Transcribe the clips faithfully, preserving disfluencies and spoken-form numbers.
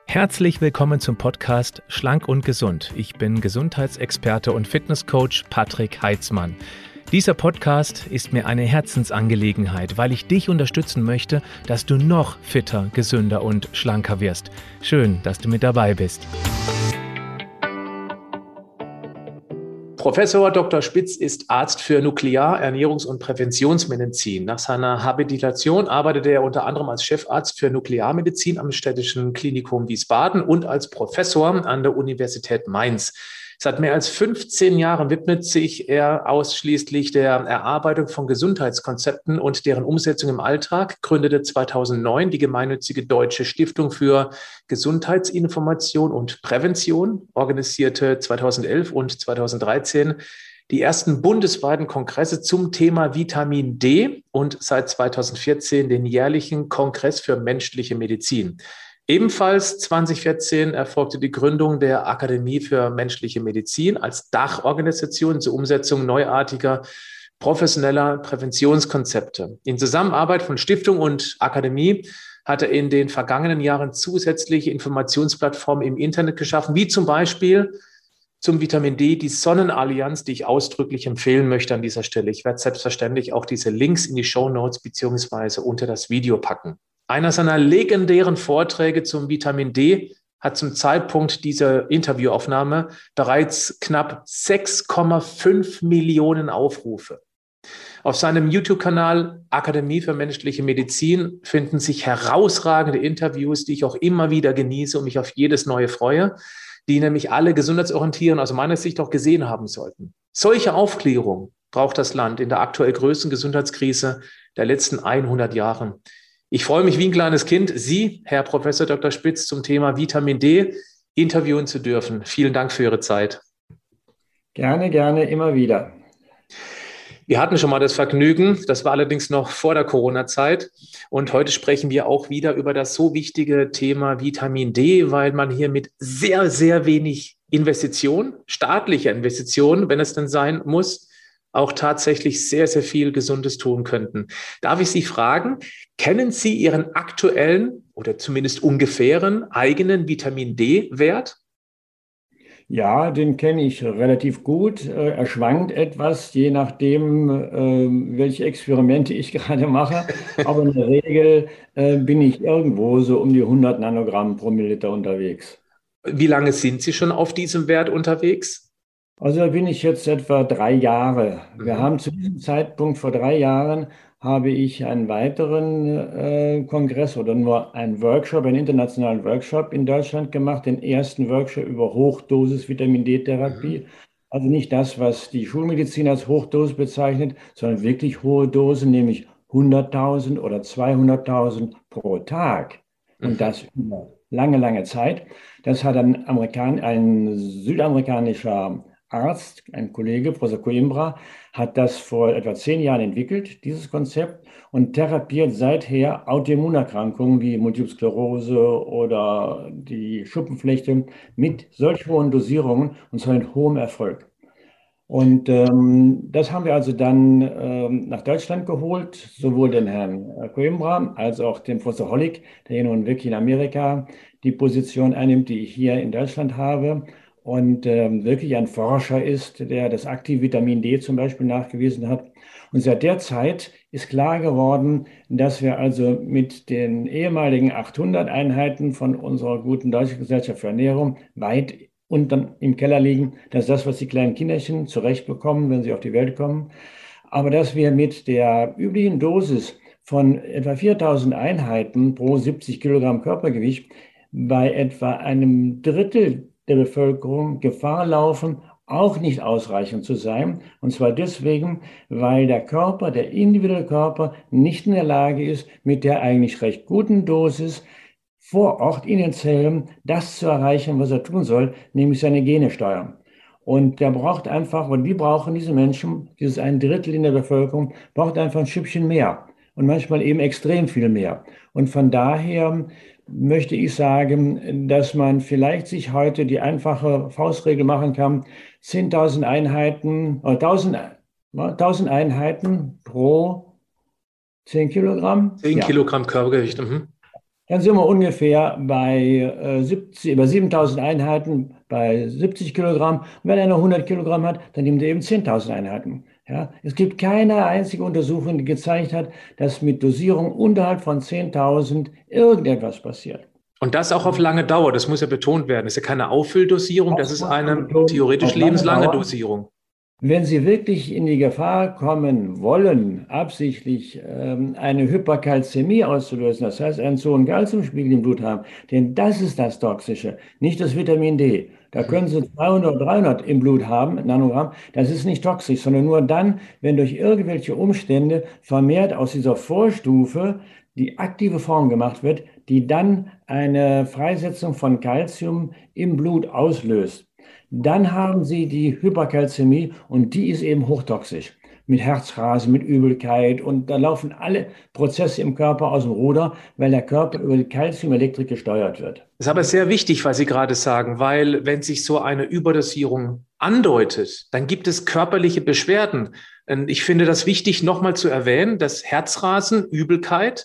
Herzlich willkommen zum Podcast Schlank und Gesund. Ich bin Gesundheitsexperte und Fitnesscoach Patrick Heitzmann. Dieser Podcast ist mir eine Herzensangelegenheit, weil ich dich unterstützen möchte, dass du noch fitter, gesünder und schlanker wirst. Schön, dass du mit dabei bist. Professor Doktor Spitz ist Arzt für Nuklear-, Ernährungs- und Präventionsmedizin. Nach seiner Habilitation arbeitete er unter anderem als Chefarzt für Nuklearmedizin am Städtischen Klinikum Wiesbaden und als Professor an der Universität Mainz. Seit mehr als fünfzehn Jahren widmet sich er ausschließlich der Erarbeitung von Gesundheitskonzepten und deren Umsetzung im Alltag, gründete zweitausendneun die gemeinnützige Deutsche Stiftung für Gesundheitsinformation und Prävention, organisierte zweitausendelf und zweitausenddreizehn die ersten bundesweiten Kongresse zum Thema Vitamin D und seit zweitausendvierzehn den jährlichen Kongress für menschliche Medizin. Ebenfalls zweitausendvierzehn erfolgte die Gründung der Akademie für menschliche Medizin als Dachorganisation zur Umsetzung neuartiger professioneller Präventionskonzepte. In Zusammenarbeit von Stiftung und Akademie hat er in den vergangenen Jahren zusätzliche Informationsplattformen im Internet geschaffen, wie zum Beispiel zum Vitamin D die Sonnenallianz, die ich ausdrücklich empfehlen möchte an dieser Stelle. Ich werde selbstverständlich auch diese Links in die Shownotes beziehungsweise unter das Video packen. Einer seiner legendären Vorträge zum Vitamin D hat zum Zeitpunkt dieser Interviewaufnahme bereits knapp sechs Komma fünf Millionen Aufrufe. Auf seinem YouTube-Kanal Akademie für menschliche Medizin finden sich herausragende Interviews, die ich auch immer wieder genieße und mich auf jedes neue freue, die nämlich alle gesundheitsorientieren aus meiner Sicht auch gesehen haben sollten. Solche Aufklärung braucht das Land in der aktuell größten Gesundheitskrise der letzten hundert Jahren. Ich freue mich wie ein kleines Kind, Sie, Herr Professor Doktor Spitz, zum Thema Vitamin D interviewen zu dürfen. Vielen Dank für Ihre Zeit. Gerne, gerne, immer wieder. Wir hatten schon mal das Vergnügen, das war allerdings noch vor der Corona-Zeit. Und heute sprechen wir auch wieder über das so wichtige Thema Vitamin D, weil man hier mit sehr, sehr wenig Investition, staatlicher Investition, wenn es denn sein muss, auch tatsächlich sehr, sehr viel Gesundes tun könnten. Darf ich Sie fragen, kennen Sie Ihren aktuellen oder zumindest ungefähren eigenen Vitamin D-Wert? Ja, den kenne ich relativ gut. Er schwankt etwas, je nachdem, welche Experimente ich gerade mache. Aber in der Regel bin ich irgendwo so um die hundert Nanogramm pro Milliliter unterwegs. Wie lange sind Sie schon auf diesem Wert unterwegs? Also da bin ich jetzt etwa drei Jahre. Wir mhm. haben zu diesem Zeitpunkt vor drei Jahren habe ich einen weiteren äh, Kongress oder nur einen Workshop, einen internationalen Workshop in Deutschland gemacht, den ersten Workshop über Hochdosis-Vitamin-D-Therapie. Mhm. Also nicht das, was die Schulmedizin als Hochdosis bezeichnet, sondern wirklich hohe Dosen, nämlich hunderttausend oder zweihunderttausend pro Tag. Und mhm. das über lange, lange Zeit. Das hat ein, Amerikan ein südamerikanischer Arzt, ein Kollege, Professor Coimbra, hat das vor etwa zehn Jahren entwickelt, dieses Konzept, und therapiert seither Autoimmunerkrankungen wie Multiple Sklerose oder die Schuppenflechte mit solch hohen Dosierungen und zwar mit hohem Erfolg. Und ähm, das haben wir also dann ähm, nach Deutschland geholt, sowohl den Herrn Coimbra als auch den Professor Hollig, der hier nun wirklich in Amerika die Position einnimmt, die ich hier in Deutschland habe. Und ähm, wirklich ein Forscher ist, der das aktive Vitamin D zum Beispiel nachgewiesen hat. Und seit der Zeit ist klar geworden, dass wir also mit den ehemaligen achthundert Einheiten von unserer guten Deutschen Gesellschaft für Ernährung weit unten im Keller liegen. Das ist das, was die kleinen Kinderchen zurechtbekommen, wenn sie auf die Welt kommen. Aber dass wir mit der üblichen Dosis von etwa viertausend Einheiten pro siebzig Kilogramm Körpergewicht bei etwa einem Drittel der Bevölkerung Gefahr laufen, auch nicht ausreichend zu sein. Und zwar deswegen, weil der Körper, der individuelle Körper, nicht in der Lage ist, mit der eigentlich recht guten Dosis vor Ort in den Zellen das zu erreichen, was er tun soll, nämlich seine Gene steuern. Und der braucht einfach, und wir brauchen diese Menschen, dieses ein Drittel in der Bevölkerung, braucht einfach ein Stückchen mehr. Und manchmal eben extrem viel mehr. Und von daher möchte ich sagen, dass man vielleicht sich heute die einfache Faustregel machen kann, zehntausend Einheiten, oder tausend, tausend Einheiten pro zehn Kilogramm. zehn ja. Kilogramm Körpergewicht. Mhm. Dann sind wir ungefähr bei äh, siebzig, über siebentausend Einheiten bei siebzig Kilogramm. Und wenn einer hundert Kilogramm hat, dann nimmt er eben zehntausend Einheiten. Ja, es gibt keine einzige Untersuchung, die gezeigt hat, dass mit Dosierung unterhalb von zehntausend irgendetwas passiert. Und das auch auf lange Dauer, das muss ja betont werden. Das ist ja keine Aufülldosierung, das Das ist muss man eine betonen, theoretisch auf lange lebenslange Dauer. Dosierung. Wenn Sie wirklich in die Gefahr kommen wollen, absichtlich ähm, eine Hyperkalzämie auszulösen, das heißt einen zu hohen Calciumspiegel im Blut haben, denn das ist das Toxische, nicht das Vitamin D. Da Mhm. können Sie zweihundert oder dreihundert im Blut haben, Nanogramm, das ist nicht toxisch, sondern nur dann, wenn durch irgendwelche Umstände vermehrt aus dieser Vorstufe die aktive Form gemacht wird, die dann eine Freisetzung von Calcium im Blut auslöst. Dann haben Sie die Hyperkalzämie und die ist eben hochtoxisch. Mit Herzrasen, mit Übelkeit und da laufen alle Prozesse im Körper aus dem Ruder, weil der Körper über die Calciumelektrik gesteuert wird. Das ist aber sehr wichtig, was Sie gerade sagen, weil wenn sich so eine Überdosierung andeutet, dann gibt es körperliche Beschwerden. Und ich finde das wichtig, nochmal zu erwähnen, dass Herzrasen, Übelkeit,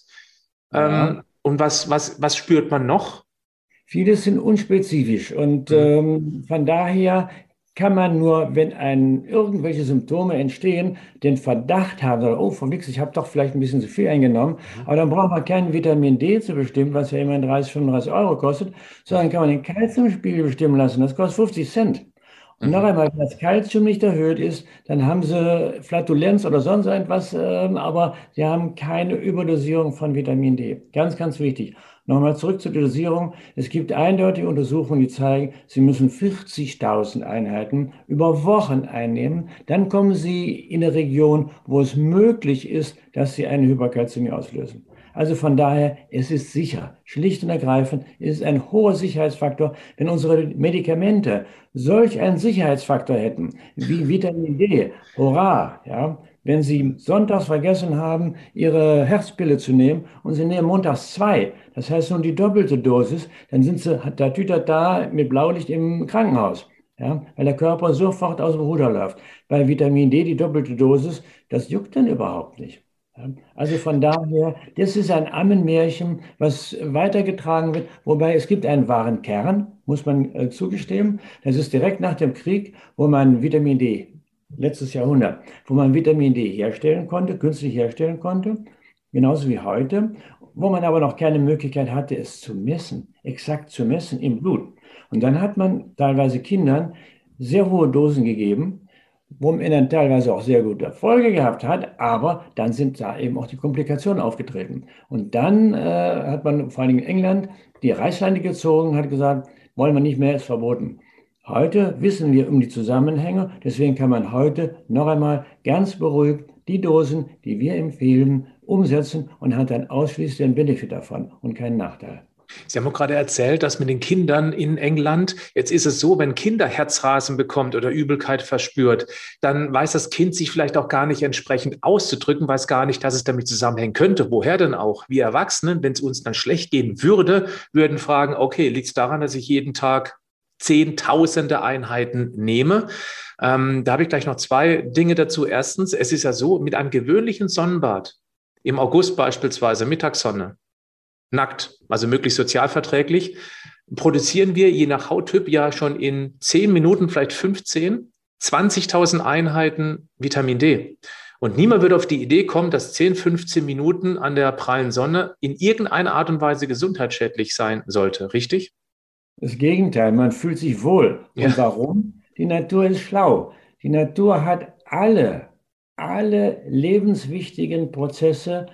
Ja. ähm, und was, was, was spürt man noch? Vieles sind unspezifisch und Mhm. ähm, von daher kann man nur, wenn ein, irgendwelche Symptome entstehen, den Verdacht haben, oder, oh, verwechselt, ich habe doch vielleicht ein bisschen zu viel eingenommen, Mhm. aber dann braucht man kein Vitamin D zu bestimmen, was ja immerhin dreißig, fünfunddreißig Euro kostet, sondern kann man den Kalziumspiegel bestimmen lassen, das kostet fünfzig Cent. Und noch Mhm. einmal, wenn das Kalzium nicht erhöht ist, dann haben Sie Flatulenz oder sonst etwas, ähm, aber Sie haben keine Überdosierung von Vitamin D. Ganz, ganz wichtig. Nochmal zurück zur Dosierung. Es gibt eindeutige Untersuchungen, die zeigen, Sie müssen vierzigtausend Einheiten über Wochen einnehmen. Dann kommen Sie in eine Region, wo es möglich ist, dass Sie eine Hyperkalzämie auslösen. Also von daher, es ist sicher. Schlicht und ergreifend ist es ein hoher Sicherheitsfaktor, wenn unsere Medikamente solch einen Sicherheitsfaktor hätten, wie Vitamin D. Hurra! Ja? Wenn Sie sonntags vergessen haben, Ihre Herzpille zu nehmen und Sie nehmen montags zwei, das heißt nun die doppelte Dosis, dann sind Sie da tütert da mit Blaulicht im Krankenhaus. Ja, weil der Körper sofort aus dem Ruder läuft. Bei Vitamin D, die doppelte Dosis, das juckt dann überhaupt nicht. Ja, also von daher, das ist ein Ammenmärchen, was weitergetragen wird, wobei es gibt einen wahren Kern, muss man äh, zugestehen. Das ist direkt nach dem Krieg, wo man Vitamin D, letztes Jahrhundert, wo man Vitamin D herstellen konnte, künstlich herstellen konnte, genauso wie heute, wo man aber noch keine Möglichkeit hatte, es zu messen, exakt zu messen im Blut. Und dann hat man teilweise Kindern sehr hohe Dosen gegeben, wo man dann teilweise auch sehr gute Erfolge gehabt hat, aber dann sind da eben auch die Komplikationen aufgetreten. Und dann äh, hat man vor allem in England die Reißleine gezogen, hat gesagt, wollen wir nicht mehr, ist verboten. Heute wissen wir um die Zusammenhänge, deswegen kann man heute noch einmal ganz beruhigt die Dosen, die wir empfehlen, umsetzen und hat dann ausschließlich den Benefit davon und keinen Nachteil. Sie haben auch gerade erzählt, dass mit den Kindern in England, jetzt ist es so, wenn Kinder Herzrasen bekommt oder Übelkeit verspürt, dann weiß das Kind sich vielleicht auch gar nicht entsprechend auszudrücken, weiß gar nicht, dass es damit zusammenhängen könnte. Woher denn auch? Wir Erwachsenen, wenn es uns dann schlecht gehen würde, würden fragen, okay, liegt es daran, dass ich jeden Tag Zehntausende Einheiten nehme? Ähm, da habe ich gleich noch zwei Dinge dazu. Erstens, es ist ja so, mit einem gewöhnlichen Sonnenbad, im August beispielsweise, Mittagssonne, nackt, also möglichst sozialverträglich, produzieren wir je nach Hauttyp ja schon in zehn Minuten, vielleicht fünfzehn, zwanzigtausend Einheiten Vitamin D. Und niemand wird auf die Idee kommen, dass zehn, fünfzehn Minuten an der prallen Sonne in irgendeiner Art und Weise gesundheitsschädlich sein sollte, richtig? Das Gegenteil, man fühlt sich wohl. Und Ja. warum? Die Natur ist schlau. Die Natur hat alle, alle lebenswichtigen Prozesse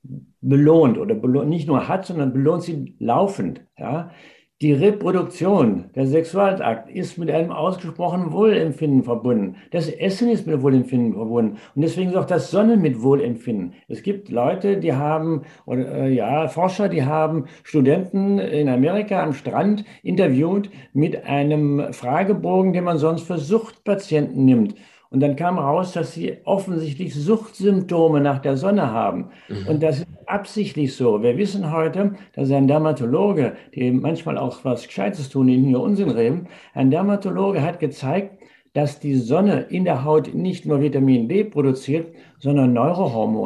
belohnt oder belohnt, nicht nur hat, sondern belohnt sie laufend. Ja? Die Reproduktion, der Sexualakt ist mit einem ausgesprochenen Wohlempfinden verbunden. Das Essen ist mit Wohlempfinden verbunden. Und deswegen ist auch das Sonnen mit Wohlempfinden. Es gibt Leute, die haben, oder äh, ja, Forscher, die haben Studenten in Amerika am Strand interviewt mit einem Fragebogen, den man sonst für Suchtpatienten nimmt. Und dann kam raus, dass sie offensichtlich Suchtsymptome nach der Sonne haben. Und Mhm. das ist absichtlich so. Wir wissen heute, dass ein Dermatologe, die manchmal auch was Gescheites tun, die hier Unsinn reden, ein Dermatologe hat gezeigt, dass die Sonne in der Haut nicht nur Vitamin D produziert, sondern Neurohormone.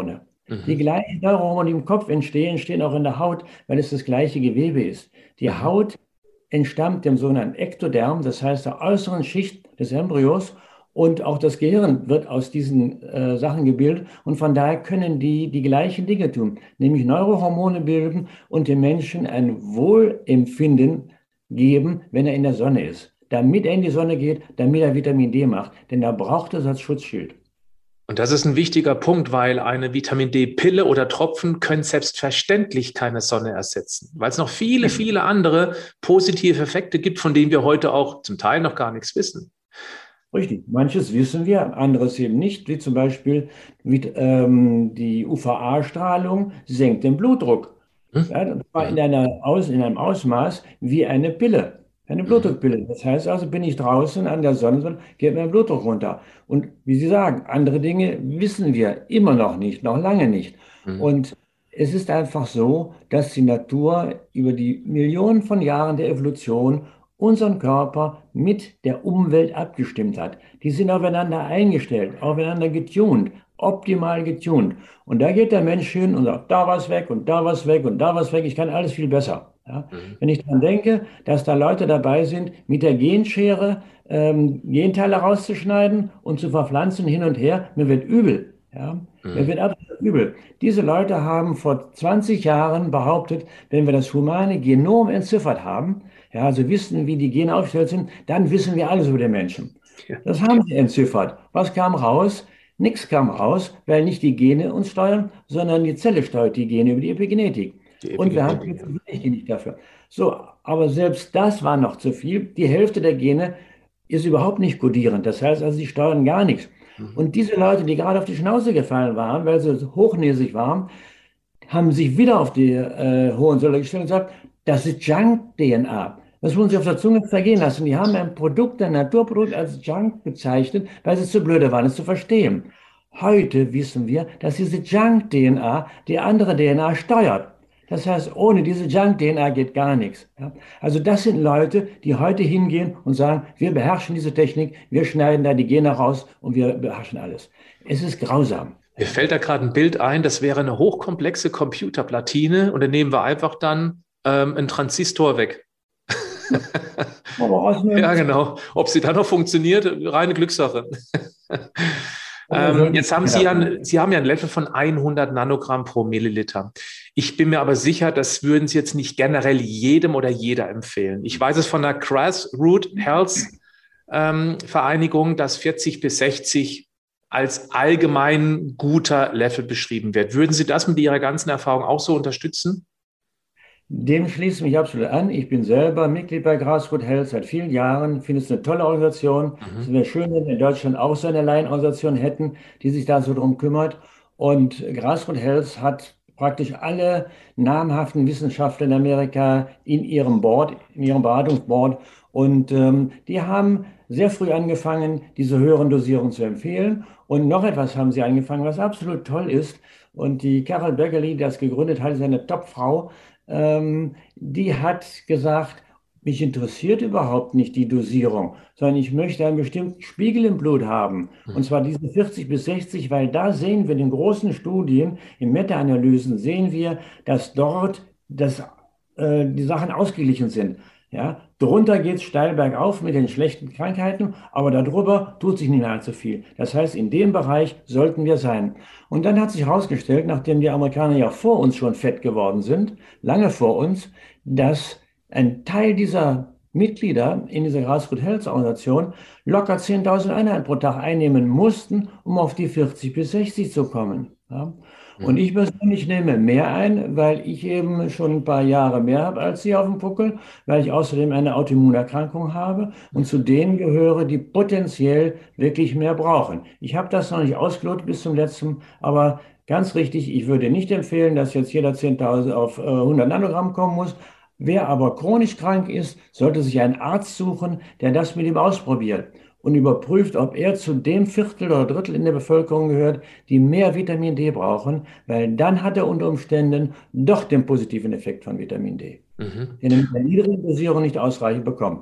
Mhm. Die gleichen Neurohormone, die im Kopf entstehen, entstehen auch in der Haut, weil es das gleiche Gewebe ist. Die Mhm. Haut entstammt dem sogenannten Ektoderm, das heißt der äußeren Schicht des Embryos. Und auch das Gehirn wird aus diesen äh, Sachen gebildet. Und von daher können die die gleichen Dinge tun, nämlich Neurohormone bilden und dem Menschen ein Wohlempfinden geben, wenn er in der Sonne ist. Damit er in die Sonne geht, damit er Vitamin D macht. Denn er braucht es als Schutzschild. Und das ist ein wichtiger Punkt, weil eine Vitamin D-Pille oder Tropfen können selbstverständlich keine Sonne ersetzen, weil es noch viele, viele andere positive Effekte gibt, von denen wir heute auch zum Teil noch gar nichts wissen. Richtig, manches wissen wir, anderes eben nicht, wie zum Beispiel wie, ähm, die U V A-Strahlung senkt den Blutdruck. Hm? Ja, das war in Mhm. einer Aus, in einem Ausmaß wie eine Pille, eine Mhm. Blutdruckpille. Das heißt also, bin ich draußen an der Sonne, geht mein Blutdruck runter. Und wie Sie sagen, andere Dinge wissen wir immer noch nicht, noch lange nicht. Mhm. Und es ist einfach so, dass die Natur über die Millionen von Jahren der Evolution unseren Körper mit der Umwelt abgestimmt hat. Die sind aufeinander eingestellt, aufeinander getunt, optimal getunt. Und da geht der Mensch hin und sagt, da was weg und da was weg und da was weg. Ich kann alles viel besser. Ja? Mhm. Wenn ich daran denke, dass da Leute dabei sind, mit der Genschere ähm, Genteile rauszuschneiden und zu verpflanzen hin und her, mir wird übel. Ja? Mir Mhm. wird absolut übel. Diese Leute haben vor zwanzig Jahren behauptet, wenn wir das humane Genom entziffert haben, ja, also wissen, wie die Gene aufgestellt sind, dann wissen wir alles über den Menschen. Ja, Das haben sie entziffert. Was kam raus? Nichts kam raus, weil nicht die Gene uns steuern, sondern die Zelle steuert die Gene über die Epigenetik. die Und wir haben Epigenetik. zu wenig Gene dafür. So, aber selbst das war noch zu viel. Die Hälfte der Gene ist überhaupt nicht kodierend. Das heißt also, sie steuern gar nichts. Mhm. Und diese Leute, die gerade auf die Schnauze gefallen waren, weil sie hochnäsig waren, haben sich wieder auf die äh, Hohenzollern gestellt und gesagt, das ist Junk-D N A. Das wollen sie auf der Zunge zergehen lassen. Die haben ein Produkt, ein Naturprodukt als Junk bezeichnet, weil sie zu blöde waren, es zu verstehen. Heute wissen wir, dass diese Junk-D N A die andere D N A steuert. Das heißt, ohne diese Junk-D N A geht gar nichts. Ja? Also das sind Leute, die heute hingehen und sagen, wir beherrschen diese Technik, wir schneiden da die Gene raus und wir beherrschen alles. Es ist grausam. Mir fällt da gerade ein Bild ein, das wäre eine hochkomplexe Computerplatine und dann nehmen wir einfach dann ähm, einen Transistor weg. Aber aus Ja, einem, genau. Ob sie dann noch funktioniert, reine Glückssache. oder Ähm, sollten jetzt haben Sie ja, ein- Sie haben ja ein Level von hundert Nanogramm pro Milliliter. Ich bin mir aber sicher, das würden Sie jetzt nicht generell jedem oder jeder empfehlen. Ich weiß es von der Grassroot Health ähm, Vereinigung, dass vierzig bis sechzig als allgemein guter Level beschrieben wird. Würden Sie das mit Ihrer ganzen Erfahrung auch so unterstützen? Dem schließe ich mich absolut an. Ich bin selber Mitglied bei Grassroot Health seit vielen Jahren. Finde es eine tolle Organisation. Es Mhm. wäre schön, wenn wir in Deutschland auch so eine Laienorganisation hätten, die sich da so drum kümmert. Und Grassroot Health hat praktisch alle namhaften Wissenschaftler in Amerika in ihrem Board, in ihrem Beratungsboard. Und ähm, die haben sehr früh angefangen, diese höheren Dosierungen zu empfehlen. Und noch etwas haben sie angefangen, was absolut toll ist. Und die Carol Beckerly, die das gegründet hat, ist eine Top-Frau. Ähm, die hat gesagt, mich interessiert überhaupt nicht die Dosierung, sondern ich möchte einen bestimmten Spiegel im Blut haben. Und Mhm. zwar diese vierzig bis sechzig, weil da sehen wir in den großen Studien, in Meta-Analysen sehen wir, dass dort das, äh, die Sachen ausgeglichen sind. Ja, drunter geht es steil bergauf mit den schlechten Krankheiten, aber darüber tut sich nicht mehr allzu viel. Das heißt, in dem Bereich sollten wir sein. Und dann hat sich herausgestellt, nachdem die Amerikaner ja vor uns schon fett geworden sind, lange vor uns, dass ein Teil dieser Mitglieder in dieser Grassroot Health Organisation locker zehntausend Einheiten pro Tag einnehmen mussten, um auf die vierzig bis sechzig zu kommen. Ja? Und Mhm. ich persönlich nehme mehr ein, weil ich eben schon ein paar Jahre mehr habe als Sie auf dem Buckel, weil ich außerdem eine Autoimmunerkrankung habe und zu denen gehöre, die potenziell wirklich mehr brauchen. Ich habe das noch nicht ausgelotet bis zum letzten, aber ganz richtig, ich würde nicht empfehlen, dass jetzt jeder zehntausend auf äh, hundert Nanogramm kommen muss. Wer aber chronisch krank ist, sollte sich einen Arzt suchen, der das mit ihm ausprobiert und überprüft, ob er zu dem Viertel oder Drittel in der Bevölkerung gehört, die mehr Vitamin D brauchen, weil dann hat er unter Umständen doch den positiven Effekt von Vitamin D, Mhm. den er mit der niedrigen Dosierung nicht ausreichend bekommt.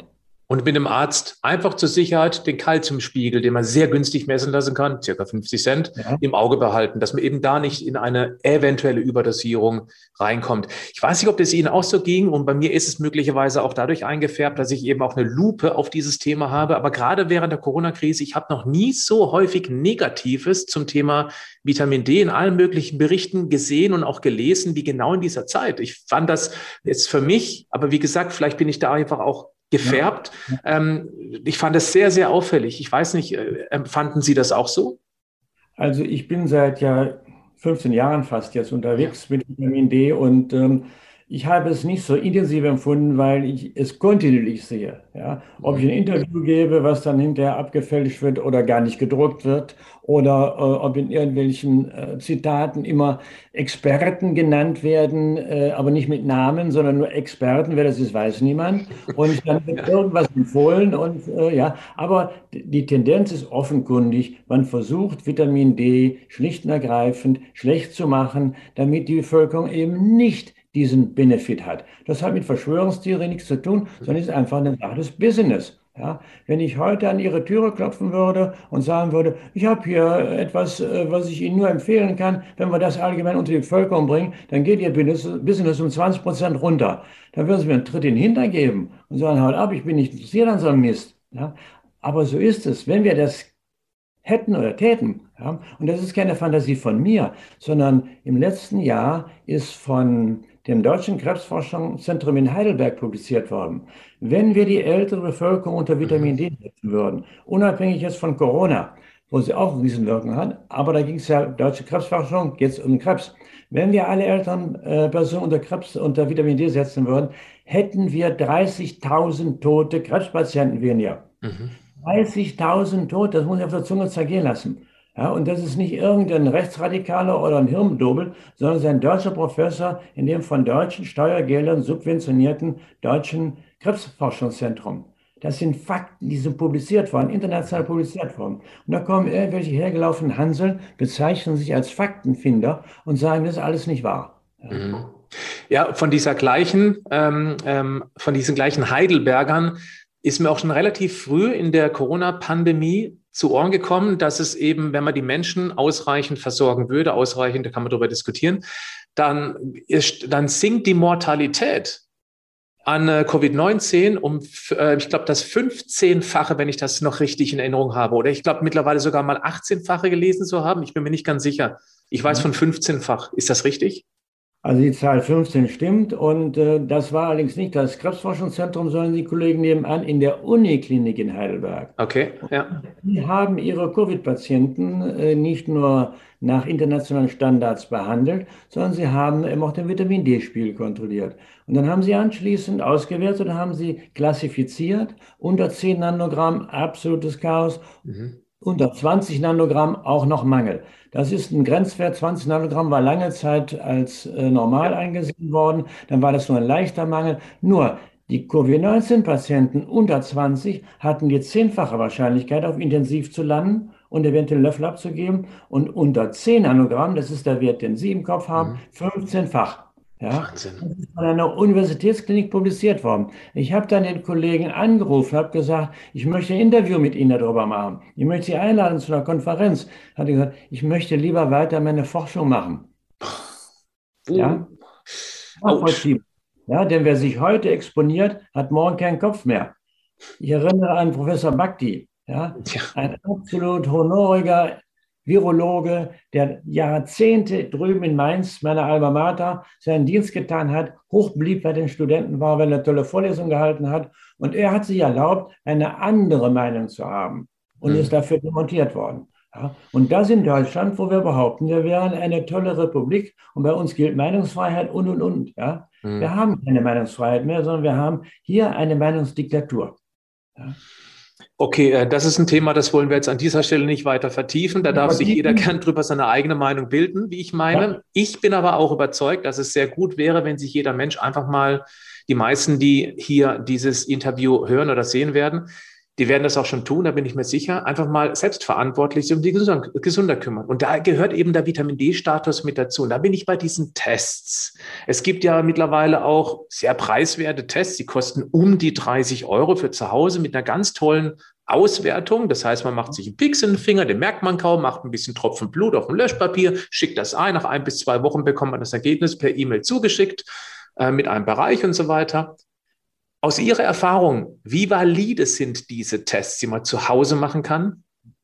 Und mit dem Arzt einfach zur Sicherheit den Kalziumspiegel, den man sehr günstig messen lassen kann, circa fünfzig Cent, ja, im Auge behalten, dass man eben da nicht in eine eventuelle Überdosierung reinkommt. Ich weiß nicht, ob das Ihnen auch so ging, und bei mir ist es möglicherweise auch dadurch eingefärbt, dass ich eben auch eine Lupe auf dieses Thema habe. Aber gerade während der Corona-Krise, ich habe noch nie so häufig Negatives zum Thema Vitamin D in allen möglichen Berichten gesehen und auch gelesen, wie genau in dieser Zeit. Ich fand das jetzt für mich, aber wie gesagt, vielleicht bin ich da einfach auch gefärbt. Ja. Ähm, ich fand das sehr, sehr auffällig. Ich weiß nicht, äh, empfanden Sie das auch so? Also ich bin seit ja fünfzehn Jahren fast jetzt unterwegs ja. mit Vitamin D, und ähm, ich habe es nicht so intensiv empfunden, weil ich es kontinuierlich sehe. Ja? Ob ich ein Interview gebe, was dann hinterher abgefälscht wird oder gar nicht gedruckt wird, oder äh, ob in irgendwelchen äh, Zitaten immer Experten genannt werden, äh, aber nicht mit Namen, sondern nur Experten. Wer das ist, weiß niemand. Und dann wird irgendwas empfohlen. Und, äh, ja. Aber die Tendenz ist offenkundig. Man versucht, Vitamin D schlicht und ergreifend schlecht zu machen, damit die Bevölkerung eben nicht diesen Benefit hat. Das hat mit Verschwörungstheorie nichts zu tun, sondern ist einfach eine Sache des Business. Ja, wenn ich heute an Ihre Türe klopfen würde und sagen würde, ich habe hier etwas, was ich Ihnen nur empfehlen kann, wenn wir das allgemein unter die Bevölkerung bringen, dann geht Ihr Business um zwanzig Prozent runter. Dann würden Sie mir einen Tritt in den Hintern geben und sagen, halt ab, ich bin nicht interessiert an so einem Mist. Ja, aber so ist es. Wenn wir das hätten oder täten, ja, und das ist keine Fantasie von mir, sondern im letzten Jahr ist von dem Deutschen Krebsforschungszentrum in Heidelberg publiziert worden. Wenn wir die ältere Bevölkerung unter Vitamin D setzen würden, unabhängig jetzt von Corona, wo sie auch Riesenwirkung hat, aber da ging es ja, Deutsche Krebsforschung, geht es um Krebs. Wenn wir alle älteren äh, Personen unter Krebs, unter Vitamin D setzen würden, hätten wir dreißigtausend tote Krebspatienten weniger. Mhm. dreißigtausend Tote, das muss ich auf der Zunge zergehen lassen. Ja, und das ist nicht irgendein Rechtsradikaler oder ein Hirndobel, sondern es ist ein deutscher Professor in dem von deutschen Steuergeldern subventionierten Deutschen Krebsforschungszentrum. Das sind Fakten, die sind publiziert worden, international publiziert worden. Und da kommen irgendwelche hergelaufenen Hanseln, bezeichnen sich als Faktenfinder und sagen, das ist alles nicht wahr. Ja. Mhm. Ja, von dieser gleichen, ähm, ähm, von diesen gleichen Heidelbergern ist mir auch schon relativ früh in der Corona-Pandemie zu Ohren gekommen, dass es eben, wenn man die Menschen ausreichend versorgen würde, ausreichend, da kann man darüber diskutieren, dann, ist, dann sinkt die Mortalität an äh, Covid neunzehn um, äh, ich glaube, das fünfzehnfache, wenn ich das noch richtig in Erinnerung habe. Oder ich glaube, mittlerweile sogar mal achtzehnfache gelesen zu haben. Ich bin mir nicht ganz sicher. Ich weiß von fünfzehnfach. Ist das richtig? Also die Zahl fünfzehn stimmt, und äh, das war allerdings nicht das Krebsforschungszentrum, sondern die Kollegen nebenan in der Uniklinik in Heidelberg. Okay, ja. Die haben ihre Covid-Patienten äh, nicht nur nach internationalen Standards behandelt, sondern sie haben eben auch den Vitamin D-Spiegel kontrolliert. Und dann haben sie anschließend ausgewertet und haben sie klassifiziert. Unter zehn Nanogramm absolutes Chaos. Mhm. Unter zwanzig Nanogramm auch noch Mangel. Das ist ein Grenzwert. zwanzig Nanogramm war lange Zeit als äh, normal eingesehen worden. Dann war das nur ein leichter Mangel. Nur die Covid neunzehn Patienten unter zwanzig hatten die zehnfache Wahrscheinlichkeit, auf Intensiv zu landen und eventuell Löffel abzugeben. Und unter zehn Nanogramm, das ist der Wert, den Sie im Kopf haben, mhm. fünfzehnfach. Ja, das ist von einer Universitätsklinik publiziert worden. Ich habe dann den Kollegen angerufen, habe gesagt, ich möchte ein Interview mit Ihnen darüber machen. Ich möchte Sie einladen zu einer Konferenz. Hat er gesagt, ich möchte lieber weiter meine Forschung machen. Ja, nachvollziehbar. Ja, denn wer sich heute exponiert, hat morgen keinen Kopf mehr. Ich erinnere an Professor Bhakti, ja, ein absolut honoriger Virologe, der Jahrzehnte drüben in Mainz, meiner Alma Mater, seinen Dienst getan hat, hochbeliebt bei den Studenten war, weil er tolle Vorlesungen gehalten hat. Und er hat sich erlaubt, eine andere Meinung zu haben und mhm. ist dafür demontiert worden. Ja, und das in Deutschland, wo wir behaupten, wir wären eine tolle Republik und bei uns gilt Meinungsfreiheit und, und, und. Ja. Mhm. Wir haben keine Meinungsfreiheit mehr, sondern wir haben hier eine Meinungsdiktatur. Ja. Okay, das ist ein Thema, das wollen wir jetzt an dieser Stelle nicht weiter vertiefen. Da darf sich jeder gern drüber seine eigene Meinung bilden, wie ich meine. Ja. Ich bin aber auch überzeugt, dass es sehr gut wäre, wenn sich jeder Mensch einfach mal, die meisten, die hier dieses Interview hören oder sehen werden, Die werden das auch schon tun, da bin ich mir sicher. Einfach mal selbstverantwortlich sich um die Gesundheit kümmern. Und da gehört eben der Vitamin D-Status mit dazu. Und da bin ich bei diesen Tests. Es gibt ja mittlerweile auch sehr preiswerte Tests, die kosten um die dreißig Euro für zu Hause mit einer ganz tollen Auswertung. Das heißt, man macht sich einen Pieks in den Finger, den merkt man kaum, macht ein bisschen Tropfen Blut auf dem Löschpapier, schickt das ein. Nach ein bis zwei Wochen bekommt man das Ergebnis per E-Mail zugeschickt äh, mit einem Bereich und so weiter. Aus Ihrer Erfahrung, wie valide sind diese Tests, die man zu Hause machen kann?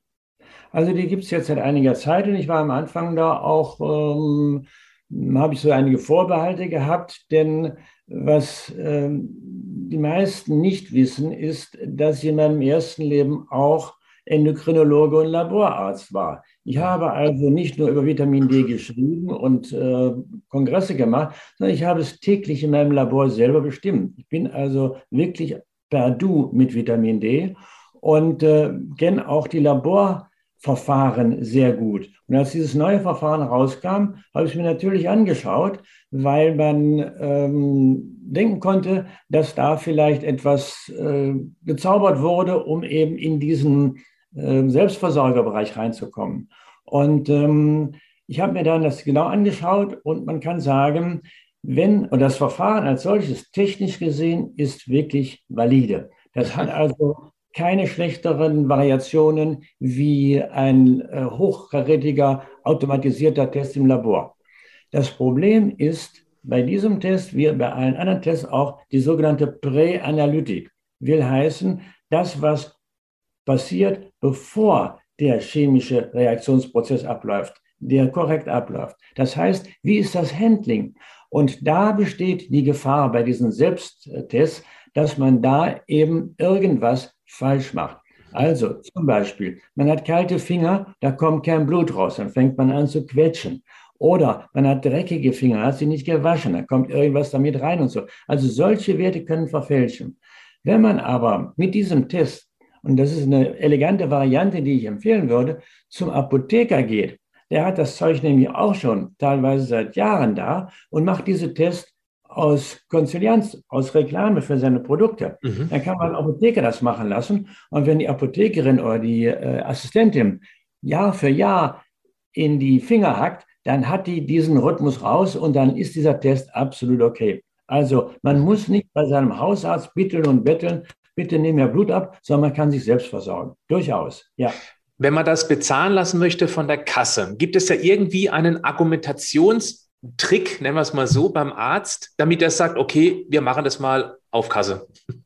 Also die gibt es jetzt seit einiger Zeit und ich war am Anfang da auch, ähm, habe ich so einige Vorbehalte gehabt, denn was ähm, die meisten nicht wissen, ist, dass ich in meinem ersten Leben auch Endokrinologe und Laborarzt war. Ich habe also nicht nur über Vitamin D geschrieben und äh, Kongresse gemacht, sondern ich habe es täglich in meinem Labor selber bestimmt. Ich bin also wirklich per Du mit Vitamin D und äh, kenne auch die Laborverfahren sehr gut. Und als dieses neue Verfahren rauskam, habe ich es mir natürlich angeschaut, weil man ähm, denken konnte, dass da vielleicht etwas äh, gezaubert wurde, um eben in diesen äh, Selbstversorgerbereich reinzukommen. Und ähm, ich habe mir dann das genau angeschaut und man kann sagen, wenn, und das Verfahren als solches technisch gesehen ist wirklich valide. Das hat also keine schlechteren Variationen wie ein äh, hochkarätiger automatisierter Test im Labor. Das Problem ist bei diesem Test, wie bei allen anderen Tests auch, die sogenannte Präanalytik. Will heißen, das, was passiert, bevor der chemische Reaktionsprozess abläuft, der korrekt abläuft. Das heißt, wie ist das Handling? Und da besteht die Gefahr bei diesen Selbsttests, dass man da eben irgendwas falsch macht. Also zum Beispiel, man hat kalte Finger, da kommt kein Blut raus, dann fängt man an zu quetschen. Oder man hat dreckige Finger, hat sie nicht gewaschen, dann kommt irgendwas damit rein und so. Also solche Werte können verfälschen. Wenn man aber mit diesem Test, und das ist eine elegante Variante, die ich empfehlen würde, zum Apotheker geht, der hat das Zeug nämlich auch schon teilweise seit Jahren da und macht diese Tests aus Konzilianz, aus Reklame für seine Produkte. Mhm. Dann kann man einen Apotheker das machen lassen. Und wenn die Apothekerin oder die äh, Assistentin Jahr für Jahr in die Finger hackt, dann hat die diesen Rhythmus raus und dann ist dieser Test absolut okay. Also man muss nicht bei seinem Hausarzt bitteln und betteln, bitte nehmen wir Blut ab, sondern man kann sich selbst versorgen. Durchaus, ja. Wenn man das bezahlen lassen möchte von der Kasse, gibt es da irgendwie einen Argumentationstrick, nennen wir es mal so, beim Arzt, damit er sagt, okay, wir machen das mal auf Kasse?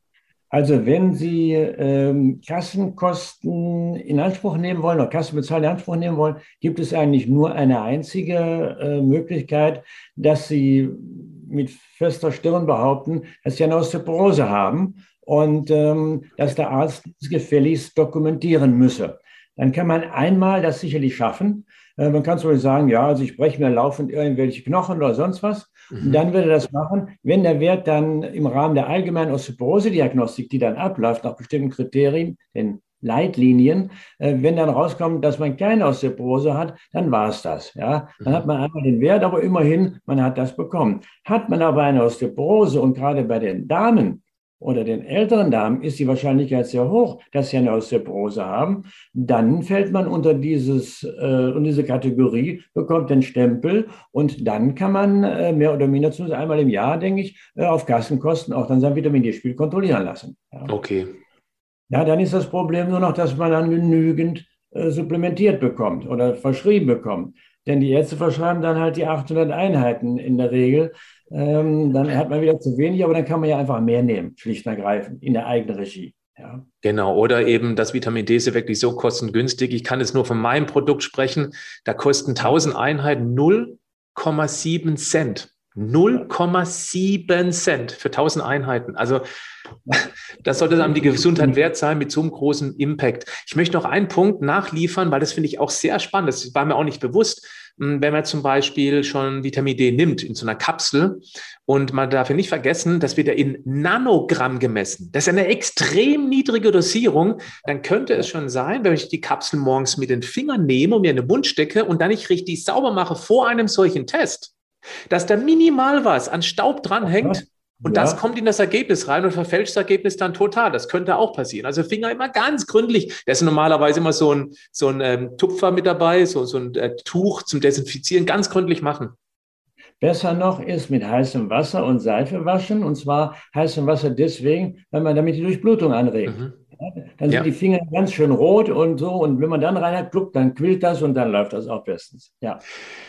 Also wenn Sie ähm, Kassenkosten in Anspruch nehmen wollen oder Kassenbezahlung in Anspruch nehmen wollen, gibt es eigentlich nur eine einzige äh, Möglichkeit, dass Sie mit fester Stirn behaupten, dass Sie eine Osteoporose haben und ähm, dass der Arzt es gefälligst dokumentieren müsse. Dann kann man einmal das sicherlich schaffen. Äh, man kann zum Beispiel sagen, ja, also ich breche mir laufend irgendwelche Knochen oder sonst was. Mhm. Und dann würde er das machen, wenn der Wert dann im Rahmen der allgemeinen Osteoporose-Diagnostik, die dann abläuft nach bestimmten Kriterien, den Leitlinien, äh, wenn dann rauskommt, dass man keine Osteoporose hat, dann war es das. Ja? Dann hat man einmal den Wert, aber immerhin, man hat das bekommen. Hat man aber eine Osteoporose und gerade bei den Damen, oder den älteren Damen ist die Wahrscheinlichkeit sehr hoch, dass sie eine Osteoporose haben, dann fällt man unter dieses, äh, unter diese Kategorie, bekommt den Stempel und dann kann man äh, mehr oder minder zumindest einmal im Jahr, denke ich, äh, auf Kassenkosten auch dann sein Vitamin D-Spiegel kontrollieren lassen. Ja. Okay. Ja, dann ist das Problem nur noch, dass man dann genügend äh, supplementiert bekommt oder verschrieben bekommt. Denn die Ärzte verschreiben dann halt die achthundert Einheiten in der Regel. Ähm, dann hat man wieder zu wenig, aber dann kann man ja einfach mehr nehmen, schlicht und ergreifend, in der eigenen Regie. Ja. Genau, oder eben das Vitamin D ist ja wirklich so kostengünstig. Ich kann jetzt nur von meinem Produkt sprechen. Da kosten tausend Einheiten null Komma sieben Cent. null Komma sieben Cent für tausend Einheiten. Also das sollte dann die Gesundheit wert sein mit so einem großen Impact. Ich möchte noch einen Punkt nachliefern, weil das finde ich auch sehr spannend. Das war mir auch nicht bewusst. Wenn man zum Beispiel schon Vitamin D nimmt in so einer Kapsel und man darf ja nicht vergessen, das wird ja in Nanogramm gemessen. Das ist eine extrem niedrige Dosierung. Dann könnte es schon sein, wenn ich die Kapsel morgens mit den Fingern nehme und mir in den Mund stecke und dann nicht richtig sauber mache vor einem solchen Test, dass da minimal was an Staub dranhängt Und Ja. das kommt in das Ergebnis rein und verfälscht das Ergebnis dann total. Das könnte auch passieren. Also Finger immer ganz gründlich. Da ist normalerweise immer so ein, so ein ähm, Tupfer mit dabei, so, so ein äh, Tuch zum Desinfizieren. Ganz gründlich machen. Besser noch ist mit heißem Wasser und Seife waschen. Und zwar heißem Wasser deswegen, weil man damit die Durchblutung anregt. Mhm. Ja, dann sind Ja. die Finger ganz schön rot und so. Und wenn man dann rein hat, kluckt, dann quillt das und dann läuft das auch bestens. Ja.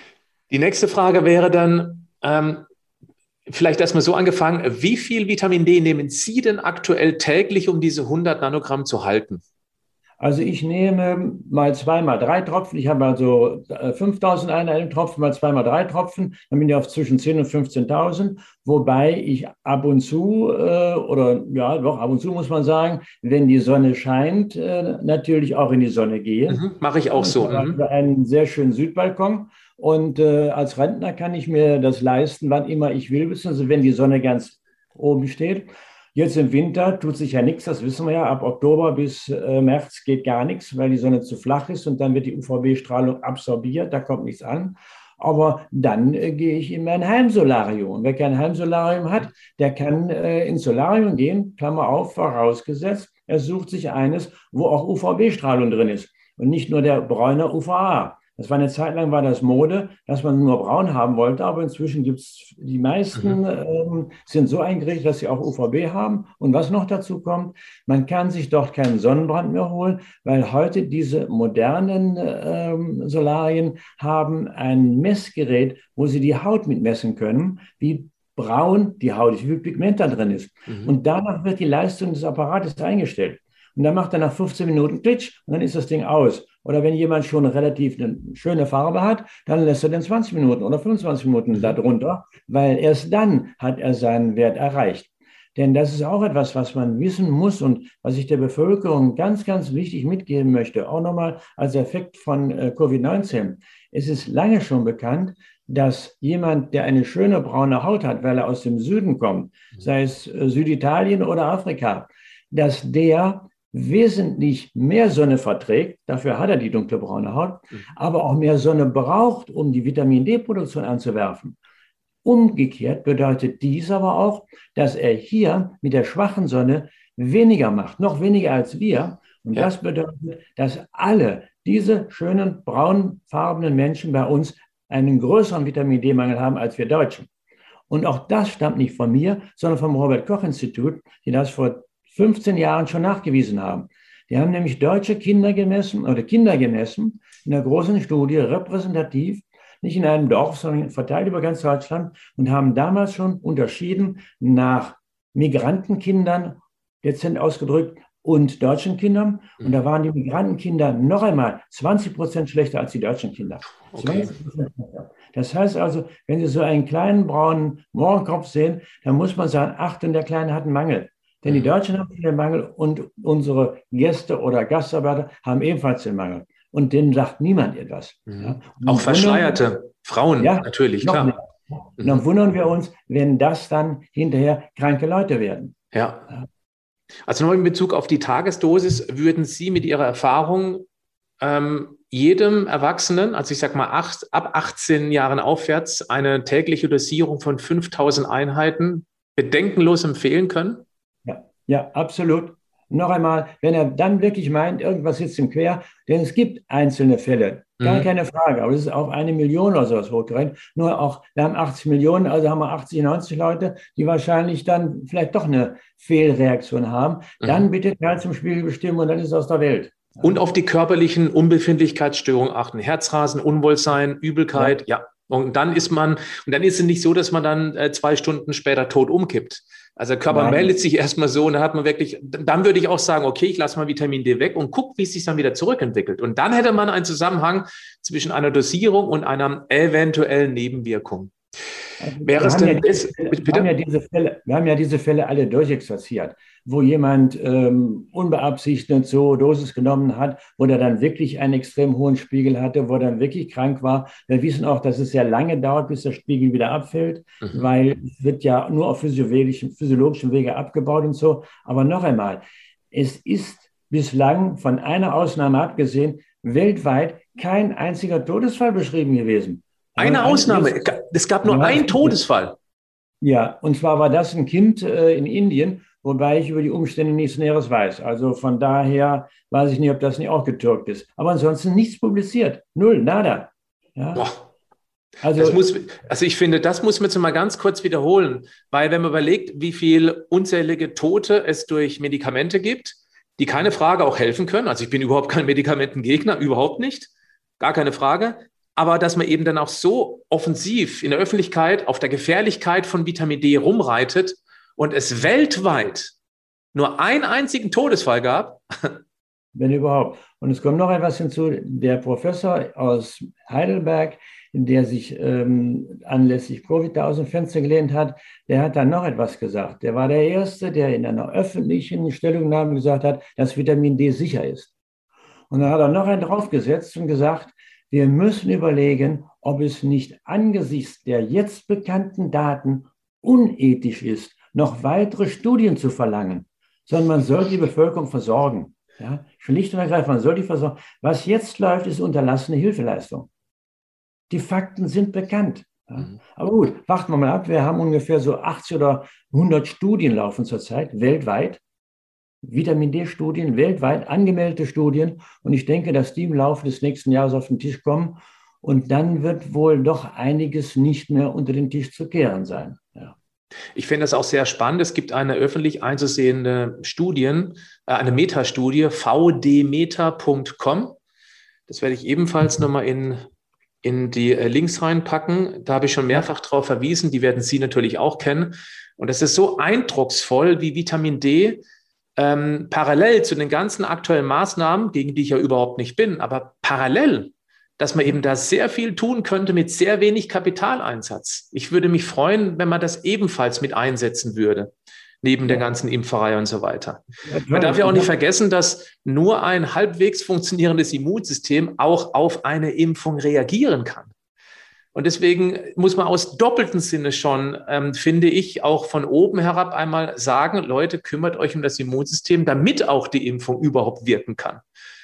Die nächste Frage wäre dann, ähm, vielleicht erstmal so angefangen, wie viel Vitamin D nehmen Sie denn aktuell täglich, um diese hundert Nanogramm zu halten? Also ich nehme mal zwei, mal drei Tropfen. Ich habe also äh, fünftausend Einheiten im Tropfen, mal zwei, mal drei Tropfen. Dann bin ich auf zwischen zehn und fünfzehntausend. Wobei ich ab und zu, äh, oder ja, doch ab und zu muss man sagen, wenn die Sonne scheint, äh, natürlich auch in die Sonne gehe. Mhm, mache ich auch Ich so. habe Mhm. also einen sehr schönen Südbalkon. Und äh, als Rentner kann ich mir das leisten, wann immer ich will, beziehungsweise wenn die Sonne ganz oben steht. Jetzt im Winter tut sich ja nichts, das wissen wir ja. Ab Oktober bis äh, März geht gar nichts, weil die Sonne zu flach ist und dann wird die U V B-Strahlung absorbiert, da kommt nichts an. Aber dann äh, gehe ich in mein Heimsolarium. Und wer kein Heimsolarium hat, der kann äh, ins Solarium gehen, Klammer auf, vorausgesetzt, er sucht sich eines, wo auch U V B-Strahlung drin ist und nicht nur der braune U V A. Das war eine Zeit lang war das Mode, dass man nur braun haben wollte, aber inzwischen gibt es, die meisten Mhm. ähm, sind so eingerichtet, dass sie auch U V B haben. Und was noch dazu kommt, man kann sich dort keinen Sonnenbrand mehr holen, weil heute diese modernen ähm, Solarien haben ein Messgerät, wo sie die Haut mitmessen können, wie braun die Haut ist, wie viel Pigment da drin ist. Mhm. Und danach wird die Leistung des Apparates eingestellt. Und dann macht er nach fünfzehn Minuten Klitsch und dann ist das Ding aus. Oder wenn jemand schon relativ eine schöne Farbe hat, dann lässt er den zwanzig Minuten oder fünfundzwanzig Minuten Mhm. darunter, weil erst dann hat er seinen Wert erreicht. Denn das ist auch etwas, was man wissen muss und was ich der Bevölkerung ganz, ganz wichtig mitgeben möchte, auch nochmal als Effekt von äh, Covid neunzehn. Es ist lange schon bekannt, dass jemand, der eine schöne braune Haut hat, weil er aus dem Süden kommt, sei es äh, Süditalien oder Afrika, dass der wesentlich mehr Sonne verträgt, dafür hat er die dunkle braune Haut, Mhm. aber auch mehr Sonne braucht, um die Vitamin D-Produktion anzuwerfen. Umgekehrt bedeutet dies aber auch, dass er hier mit der schwachen Sonne weniger macht, noch weniger als wir. Und Ja. das bedeutet, dass alle diese schönen braunfarbenen Menschen bei uns einen größeren Vitamin D-Mangel haben als wir Deutschen. Und auch das stammt nicht von mir, sondern vom Robert-Koch-Institut, die das vor fünfzehn Jahren schon nachgewiesen haben. Die haben nämlich deutsche Kinder gemessen oder Kinder gemessen in einer großen Studie, repräsentativ, nicht in einem Dorf, sondern verteilt über ganz Deutschland und haben damals schon unterschieden nach Migrantenkindern, dezent ausgedrückt, und deutschen Kindern. Und da waren die Migrantenkinder noch einmal zwanzig Prozent schlechter als die deutschen Kinder. Okay. zwanzig Prozent schlechter. Das heißt also, wenn Sie so einen kleinen braunen Mohrenkopf sehen, dann muss man sagen, Achtung, der Kleine hat einen Mangel. Denn die Mhm. Deutschen haben den Mangel und unsere Gäste oder Gastarbeiter haben ebenfalls den Mangel. Und denen sagt niemand etwas. Mhm. Ja. Und Auch dann wundern- verschleierte Frauen, Ja, natürlich, noch klar. mehr. Und dann Mhm. wundern wir uns, wenn das dann hinterher kranke Leute werden. Ja. Also noch in Bezug auf die Tagesdosis, würden Sie mit Ihrer Erfahrung ähm, jedem Erwachsenen, also ich sage mal acht, ab achtzehn Jahren aufwärts, eine tägliche Dosierung von fünftausend Einheiten bedenkenlos empfehlen können? Ja, ja, absolut. Noch einmal, wenn er dann wirklich meint, irgendwas sitzt ihm quer, denn es gibt einzelne Fälle, gar Mhm. keine Frage, aber es ist auf eine Million oder sowas hochgerechnet. Nur auch, wir haben achtzig Millionen, also haben wir achtzig, neunzig Leute, die wahrscheinlich dann vielleicht doch eine Fehlreaktion haben. Dann Mhm. bitte Kalziumspiegel bestimmen und dann ist es aus der Welt. Und auf die körperlichen Unbefindlichkeitsstörungen achten. Herzrasen, Unwohlsein, Übelkeit, ja. Und dann ist man, und dann ist es nicht so, dass man dann äh, zwei Stunden später tot umkippt. Also der Körper Nein. meldet sich erstmal so und dann hat man wirklich, dann würde ich auch sagen, okay, ich lasse mal Vitamin D weg und gucke, wie es sich dann wieder zurückentwickelt. Und dann hätte man einen Zusammenhang zwischen einer Dosierung und einer eventuellen Nebenwirkung. Also Wäre wir es haben ja denn diese das, Fälle, wir haben ja bitte? diese Fälle, wir haben ja diese Fälle alle durchexerziert, wo jemand ähm, unbeabsichtigt so Dosis genommen hat, wo der dann wirklich einen extrem hohen Spiegel hatte, wo er dann wirklich krank war. Wir wissen auch, dass es sehr lange dauert, bis der Spiegel wieder abfällt, Mhm. weil es wird ja nur auf physiologischen, physiologischen Wege abgebaut und so. Aber noch einmal, es ist bislang von einer Ausnahme abgesehen weltweit kein einziger Todesfall beschrieben gewesen. Eine Ein- Ausnahme, es gab nur Ja, einen Todesfall. Ja, und zwar war das ein Kind äh, in Indien, wobei ich über die Umstände nichts Näheres weiß. Also von daher weiß ich nicht, ob das nicht auch getürkt ist. Aber ansonsten nichts publiziert. Null, nada. Ja, Boah. Das also muss, also ich finde, das muss man jetzt mal ganz kurz wiederholen, weil wenn man überlegt, wie viel unzählige Tote es durch Medikamente gibt, die keine Frage auch helfen können. Also ich bin überhaupt kein Medikamentengegner, überhaupt nicht, gar keine Frage. Aber dass man eben dann auch so offensiv in der Öffentlichkeit auf der Gefährlichkeit von Vitamin D rumreitet und es weltweit nur einen einzigen Todesfall gab. wenn überhaupt. Und es kommt noch etwas hinzu. Der Professor aus Heidelberg, der sich ähm, anlässlich Covid da aus dem Fenster gelehnt hat, der hat dann noch etwas gesagt. Der war der Erste, der in einer öffentlichen Stellungnahme gesagt hat, dass Vitamin D sicher ist. Und dann hat er noch einen draufgesetzt und gesagt, wir müssen überlegen, ob es nicht angesichts der jetzt bekannten Daten unethisch ist, noch weitere Studien zu verlangen, sondern man soll die Bevölkerung versorgen. Ja, schlicht und ergreifend, man soll die versorgen. Was jetzt läuft, ist unterlassene Hilfeleistung. Die Fakten sind bekannt. Ja. Mhm. Aber gut, warten wir mal ab. Wir haben ungefähr so achtzig oder hundert Studien laufen zurzeit, weltweit. Vitamin D-Studien, weltweit angemeldete Studien. Und ich denke, dass die im Laufe des nächsten Jahres auf den Tisch kommen. Und dann wird wohl doch einiges nicht mehr unter den Tisch zu kehren sein. Ja. Ich finde das auch sehr spannend. Es gibt eine öffentlich einzusehende Studien, äh, eine Metastudie, v d meta punkt com. Das werde ich ebenfalls nochmal in, in die äh, Links reinpacken. Da habe ich schon mehrfach darauf verwiesen. Die werden Sie natürlich auch kennen. Und es ist so eindrucksvoll, wie Vitamin D ähm, parallel zu den ganzen aktuellen Maßnahmen, gegen die ich ja überhaupt nicht bin, aber parallel, dass man eben da sehr viel tun könnte mit sehr wenig Kapitaleinsatz. Ich würde mich freuen, wenn man das ebenfalls mit einsetzen würde, neben der ganzen Impferei und so weiter. Man darf ja auch nicht vergessen, dass nur ein halbwegs funktionierendes Immunsystem auch auf eine Impfung reagieren kann. Und deswegen muss man aus doppeltem Sinne schon, ähm, finde ich, auch von oben herab einmal sagen, Leute, kümmert euch um das Immunsystem, damit auch die Impfung überhaupt wirken kann.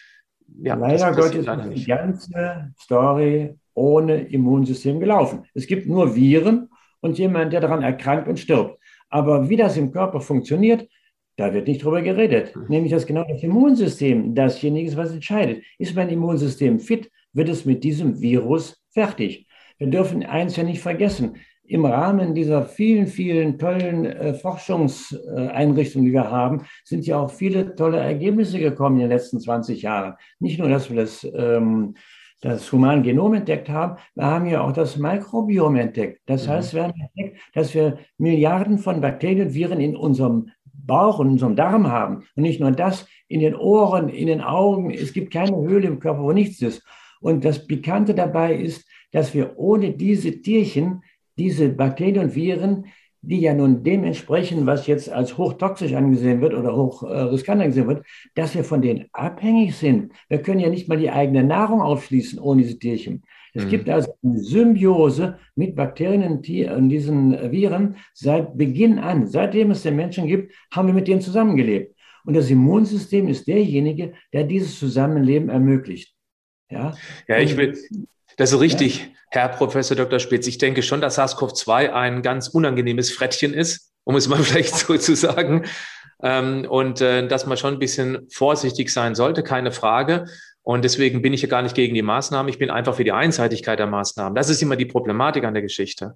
Ja, leider Gottes ist die ganze Story ohne Immunsystem gelaufen. Es gibt nur Viren und jemand, der daran erkrankt und stirbt. Aber wie das im Körper funktioniert, da wird nicht drüber geredet. Hm. Nämlich, dass genau das Immunsystem dasjenige ist, was entscheidet. Ist mein Immunsystem fit, wird es mit diesem Virus fertig. Wir dürfen eins ja nicht vergessen. Im Rahmen dieser vielen, vielen tollen äh, Forschungseinrichtungen, die wir haben, sind ja auch viele tolle Ergebnisse gekommen in den letzten zwanzig Jahren. Nicht nur, dass wir das, ähm, das humane Genom entdeckt haben, wir haben ja auch das Mikrobiom entdeckt. Das mhm. heißt, wir haben entdeckt, dass wir Milliarden von Bakterien und Viren in unserem Bauch und in unserem Darm haben. Und nicht nur das, in den Ohren, in den Augen. Es gibt keine Höhle im Körper, wo nichts ist. Und das Pikante dabei ist, dass wir ohne diese Tierchen, diese Bakterien und Viren, die ja nun dem entsprechen, was jetzt als hochtoxisch angesehen wird oder hoch äh, riskant angesehen wird, dass wir von denen abhängig sind. Wir können ja nicht mal die eigene Nahrung aufschließen ohne diese Tierchen. Es mhm. gibt also eine Symbiose mit Bakterien und, und diesen Viren seit Beginn an. Seitdem es den Menschen gibt, haben wir mit denen zusammengelebt. Und das Immunsystem ist derjenige, der dieses Zusammenleben ermöglicht. Ja, ja ich will... Das ist richtig, ja. Herr Professor Doktor Spitz. Ich denke schon, dass SARS-C o V zwei ein ganz unangenehmes Frettchen ist, um es mal vielleicht so zu sagen. Ähm, und äh, dass man schon ein bisschen vorsichtig sein sollte, keine Frage. Und deswegen bin ich ja gar nicht gegen die Maßnahmen. Ich bin einfach für die Einseitigkeit der Maßnahmen. Das ist immer die Problematik an der Geschichte.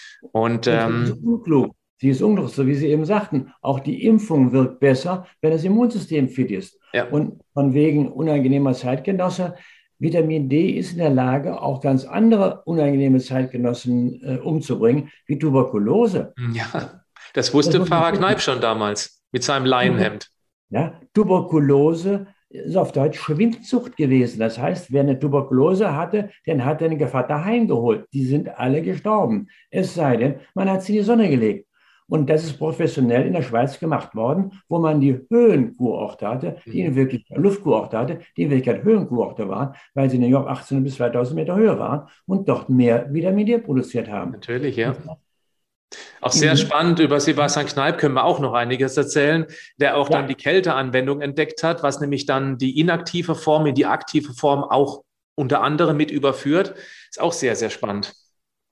Und ähm, sie ist unklug. Sie ist unklug, so wie Sie eben sagten. Auch die Impfung wirkt besser, wenn das Immunsystem fit ist. Ja. Und von wegen unangenehmer Zeitgenosse, Vitamin D ist in der Lage, auch ganz andere unangenehme Zeitgenossen äh, umzubringen, wie Tuberkulose. Ja, das wusste das Pfarrer Kneipp schon damals mit seinem Laienhemd. Ja, Tuberkulose ist auf Deutsch Schwindsucht gewesen. Das heißt, wer eine Tuberkulose hatte, den hat er den Gevatter heimgeholt. Die sind alle gestorben. Es sei denn, man hat sie in die Sonne gelegt. Und das ist professionell in der Schweiz gemacht worden, wo man die Höhenkurorte hatte, die in Wirklichkeit Luftkurorte hatte, die in Wirklichkeit Höhenkurorte waren, weil sie in New York achtzehn bis zweitausend Meter Höhe waren und dort mehr Vitamin D produziert haben. Natürlich, ja. Auch sehr mhm. spannend, über Sebastian Kneipp können wir auch noch einiges erzählen, der auch ja. dann die Kälteanwendung entdeckt hat, was nämlich dann die inaktive Form in die aktive Form auch unter anderem mit überführt. Ist auch sehr, sehr spannend.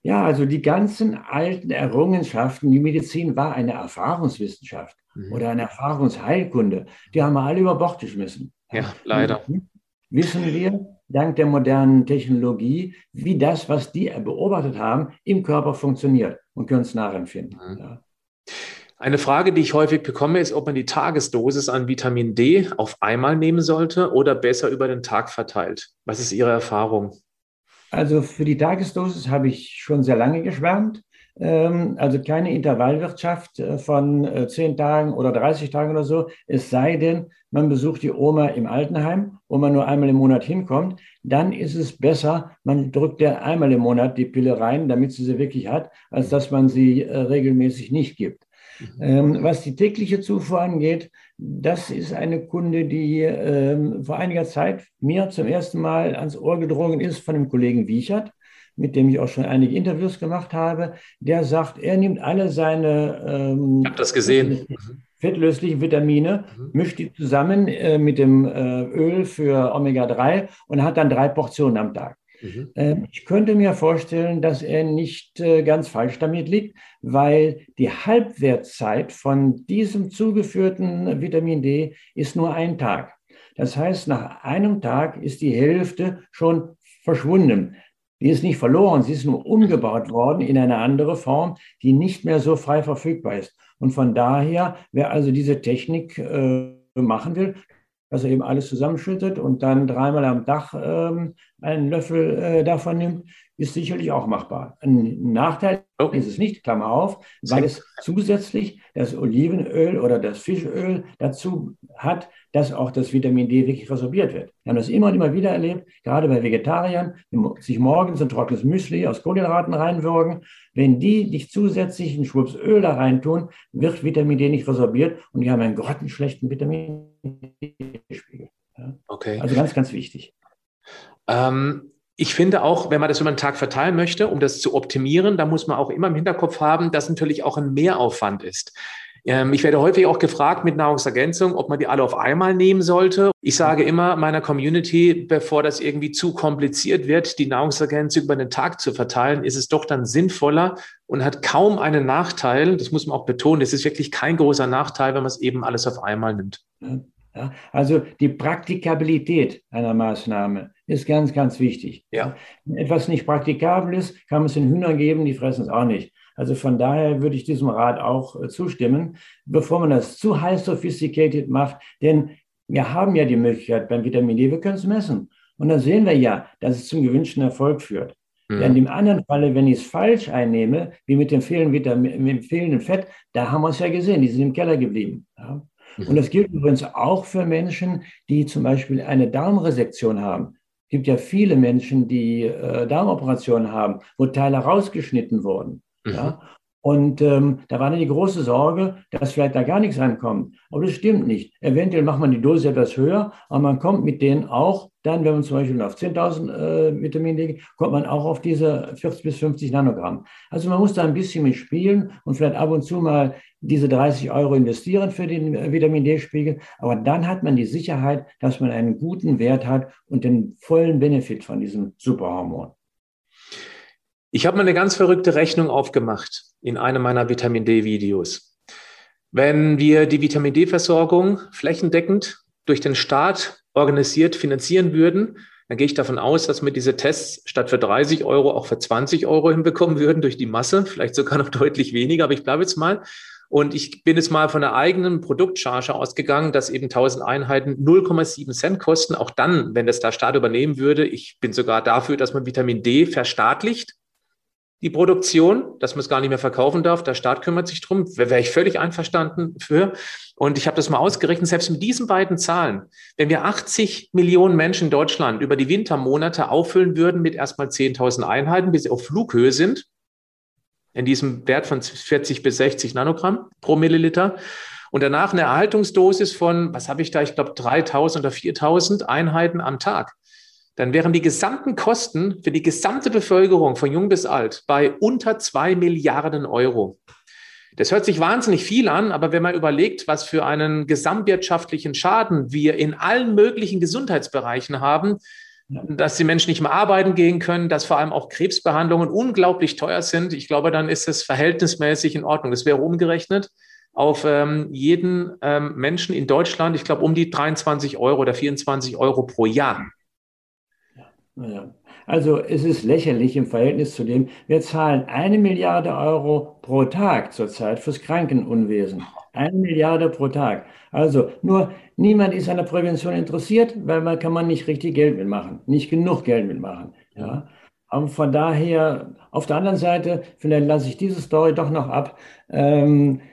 Ja, also die ganzen alten Errungenschaften, die Medizin war eine Erfahrungswissenschaft Mhm. oder eine Erfahrungsheilkunde, die haben wir alle über Bord geschmissen. Ja, Und leider. jetzt wissen wir, dank der modernen Technologie, wie das, was die beobachtet haben, im Körper funktioniert und können es nachempfinden. Mhm. Ja. Eine Frage, die ich häufig bekomme, ist, ob man die Tagesdosis an Vitamin D auf einmal nehmen sollte oder besser über den Tag verteilt. Was ist Ihre Erfahrung? Also für die Tagesdosis habe ich schon sehr lange geschwärmt. Ähm, also keine Intervallwirtschaft äh, von äh, zehn Tagen oder dreißig Tagen oder so. Es sei denn, man besucht die Oma im Altenheim, wo man nur einmal im Monat hinkommt. Dann ist es besser, man drückt der einmal im Monat die Pille rein, damit sie sie wirklich hat, als dass man sie äh, regelmäßig nicht gibt. Mhm. Ähm, was die tägliche Zufuhr angeht, das ist eine Kunde, die ähm, vor einiger Zeit mir zum ersten Mal ans Ohr gedrungen ist von dem Kollegen Wiechert, mit dem ich auch schon einige Interviews gemacht habe. Der sagt, er nimmt alle seine Ich habe ähm, das gesehen. fettlöslichen Vitamine, Mhm. mischt die zusammen äh, mit dem äh, Öl für Omega drei und hat dann drei Portionen am Tag. Mhm. Ähm, Ich könnte mir vorstellen, dass er nicht äh, ganz falsch damit liegt, weil die Halbwertszeit von diesem zugeführten Vitamin D ist nur ein Tag. Das heißt, nach einem Tag ist die Hälfte schon verschwunden. Die ist nicht verloren, sie ist nur umgebaut worden in eine andere Form, die nicht mehr so frei verfügbar ist. Und von daher, wer also diese Technik äh, machen will, dass er eben alles zusammenschüttet und dann dreimal am Tag ähm, einen Löffel äh, davon nimmt, ist sicherlich auch machbar. Ein Nachteil Oh, ist es nicht, Klammer auf, es weil hängt. es zusätzlich das Olivenöl oder das Fischöl dazu hat, dass auch das Vitamin D wirklich resorbiert wird. Wir haben das immer und immer wieder erlebt, gerade bei Vegetariern, die sich morgens ein trockenes Müsli aus Kohlenhydraten reinwürgen. Wenn die nicht zusätzlich einen Schwupps Öl da reintun, wird Vitamin D nicht resorbiert und die haben einen grottenschlechten Vitamin D-Spiegel. Ja. Okay. Also ganz, ganz wichtig. Ähm, ich finde auch, wenn man das über den Tag verteilen möchte, um das zu optimieren, da muss man auch immer im Hinterkopf haben, dass natürlich auch ein Mehraufwand ist. Ähm, ich werde häufig auch gefragt mit Nahrungsergänzung, ob man die alle auf einmal nehmen sollte. Ich sage immer meiner Community, bevor das irgendwie zu kompliziert wird, die Nahrungsergänzung über den Tag zu verteilen, ist es doch dann sinnvoller und hat kaum einen Nachteil. Das muss man auch betonen. Es ist wirklich kein großer Nachteil, wenn man es eben alles auf einmal nimmt. Ja, also die Praktikabilität einer Maßnahme ist ganz, ganz wichtig. Ja. Wenn etwas nicht praktikabel ist, kann man es den Hühnern geben, die fressen es auch nicht. Also von daher würde ich diesem Rat auch äh, zustimmen, bevor man das zu high sophisticated macht. Denn wir haben ja die Möglichkeit beim Vitamin D, wir können es messen. Und dann sehen wir ja, dass es zum gewünschten Erfolg führt. Mhm. Ja, in dem anderen Falle, wenn ich es falsch einnehme, wie mit dem fehlenden, Vitamin, mit dem fehlenden Fett, da haben wir es ja gesehen, die sind im Keller geblieben. Ja. Und das gilt übrigens auch für Menschen, die zum Beispiel eine Darmresektion haben. Es gibt ja viele Menschen, die äh, Darmoperationen haben, wo Teile rausgeschnitten wurden. Mhm. Ja? Und ähm, da war dann die große Sorge, dass vielleicht da gar nichts rankommt. Aber das stimmt nicht. Eventuell macht man die Dosis etwas höher, aber man kommt mit denen auch dann, wenn man zum Beispiel auf zehntausend äh, Vitamin D geht, kommt man auch auf diese vierzig bis fünfzig Nanogramm. Also man muss da ein bisschen mit spielen und vielleicht ab und zu mal diese dreißig Euro investieren für den äh, Vitamin D-Spiegel. Aber dann hat man die Sicherheit, dass man einen guten Wert hat und den vollen Benefit von diesem Superhormon. Ich habe mal eine ganz verrückte Rechnung aufgemacht in einem meiner Vitamin D-Videos. Wenn wir die Vitamin D-Versorgung flächendeckend durch den Staat organisiert finanzieren würden, dann gehe ich davon aus, dass wir diese Tests statt für dreißig Euro auch für zwanzig Euro hinbekommen würden durch die Masse, vielleicht sogar noch deutlich weniger, aber ich bleibe jetzt mal. Und ich bin jetzt mal von der eigenen Produktcharge ausgegangen, dass eben tausend Einheiten null Komma sieben Cent kosten, auch dann, wenn das der Staat übernehmen würde. Ich bin sogar dafür, dass man Vitamin D verstaatlicht, die Produktion, dass man es gar nicht mehr verkaufen darf. Der Staat kümmert sich drum. Wäre ich völlig einverstanden für. Und ich habe das mal ausgerechnet, selbst mit diesen beiden Zahlen, wenn wir achtzig Millionen Menschen in Deutschland über die Wintermonate auffüllen würden mit erstmal zehntausend Einheiten, bis sie auf Flughöhe sind, in diesem Wert von vierzig bis sechzig Nanogramm pro Milliliter, und danach eine Erhaltungsdosis von, was habe ich da, ich glaube dreitausend oder viertausend Einheiten am Tag, dann wären die gesamten Kosten für die gesamte Bevölkerung von jung bis alt bei unter zwei Milliarden Euro. Das hört sich wahnsinnig viel an, aber wenn man überlegt, was für einen gesamtwirtschaftlichen Schaden wir in allen möglichen Gesundheitsbereichen haben, dass die Menschen nicht mehr arbeiten gehen können, dass vor allem auch Krebsbehandlungen unglaublich teuer sind. Ich glaube, dann ist es verhältnismäßig in Ordnung. Das wäre umgerechnet auf ähm, jeden ähm, Menschen in Deutschland, ich glaube, um die dreiundzwanzig Euro oder vierundzwanzig Euro pro Jahr. Ja. Also es ist lächerlich im Verhältnis zu dem, wir zahlen eine Milliarde Euro pro Tag zurzeit fürs Krankenunwesen. Eine Milliarde pro Tag. Also nur niemand ist an der Prävention interessiert, weil man kann man nicht richtig Geld mitmachen, nicht genug Geld mitmachen. Ja. Und von daher, auf der anderen Seite, vielleicht lasse ich diese Story doch noch ab. Ähm,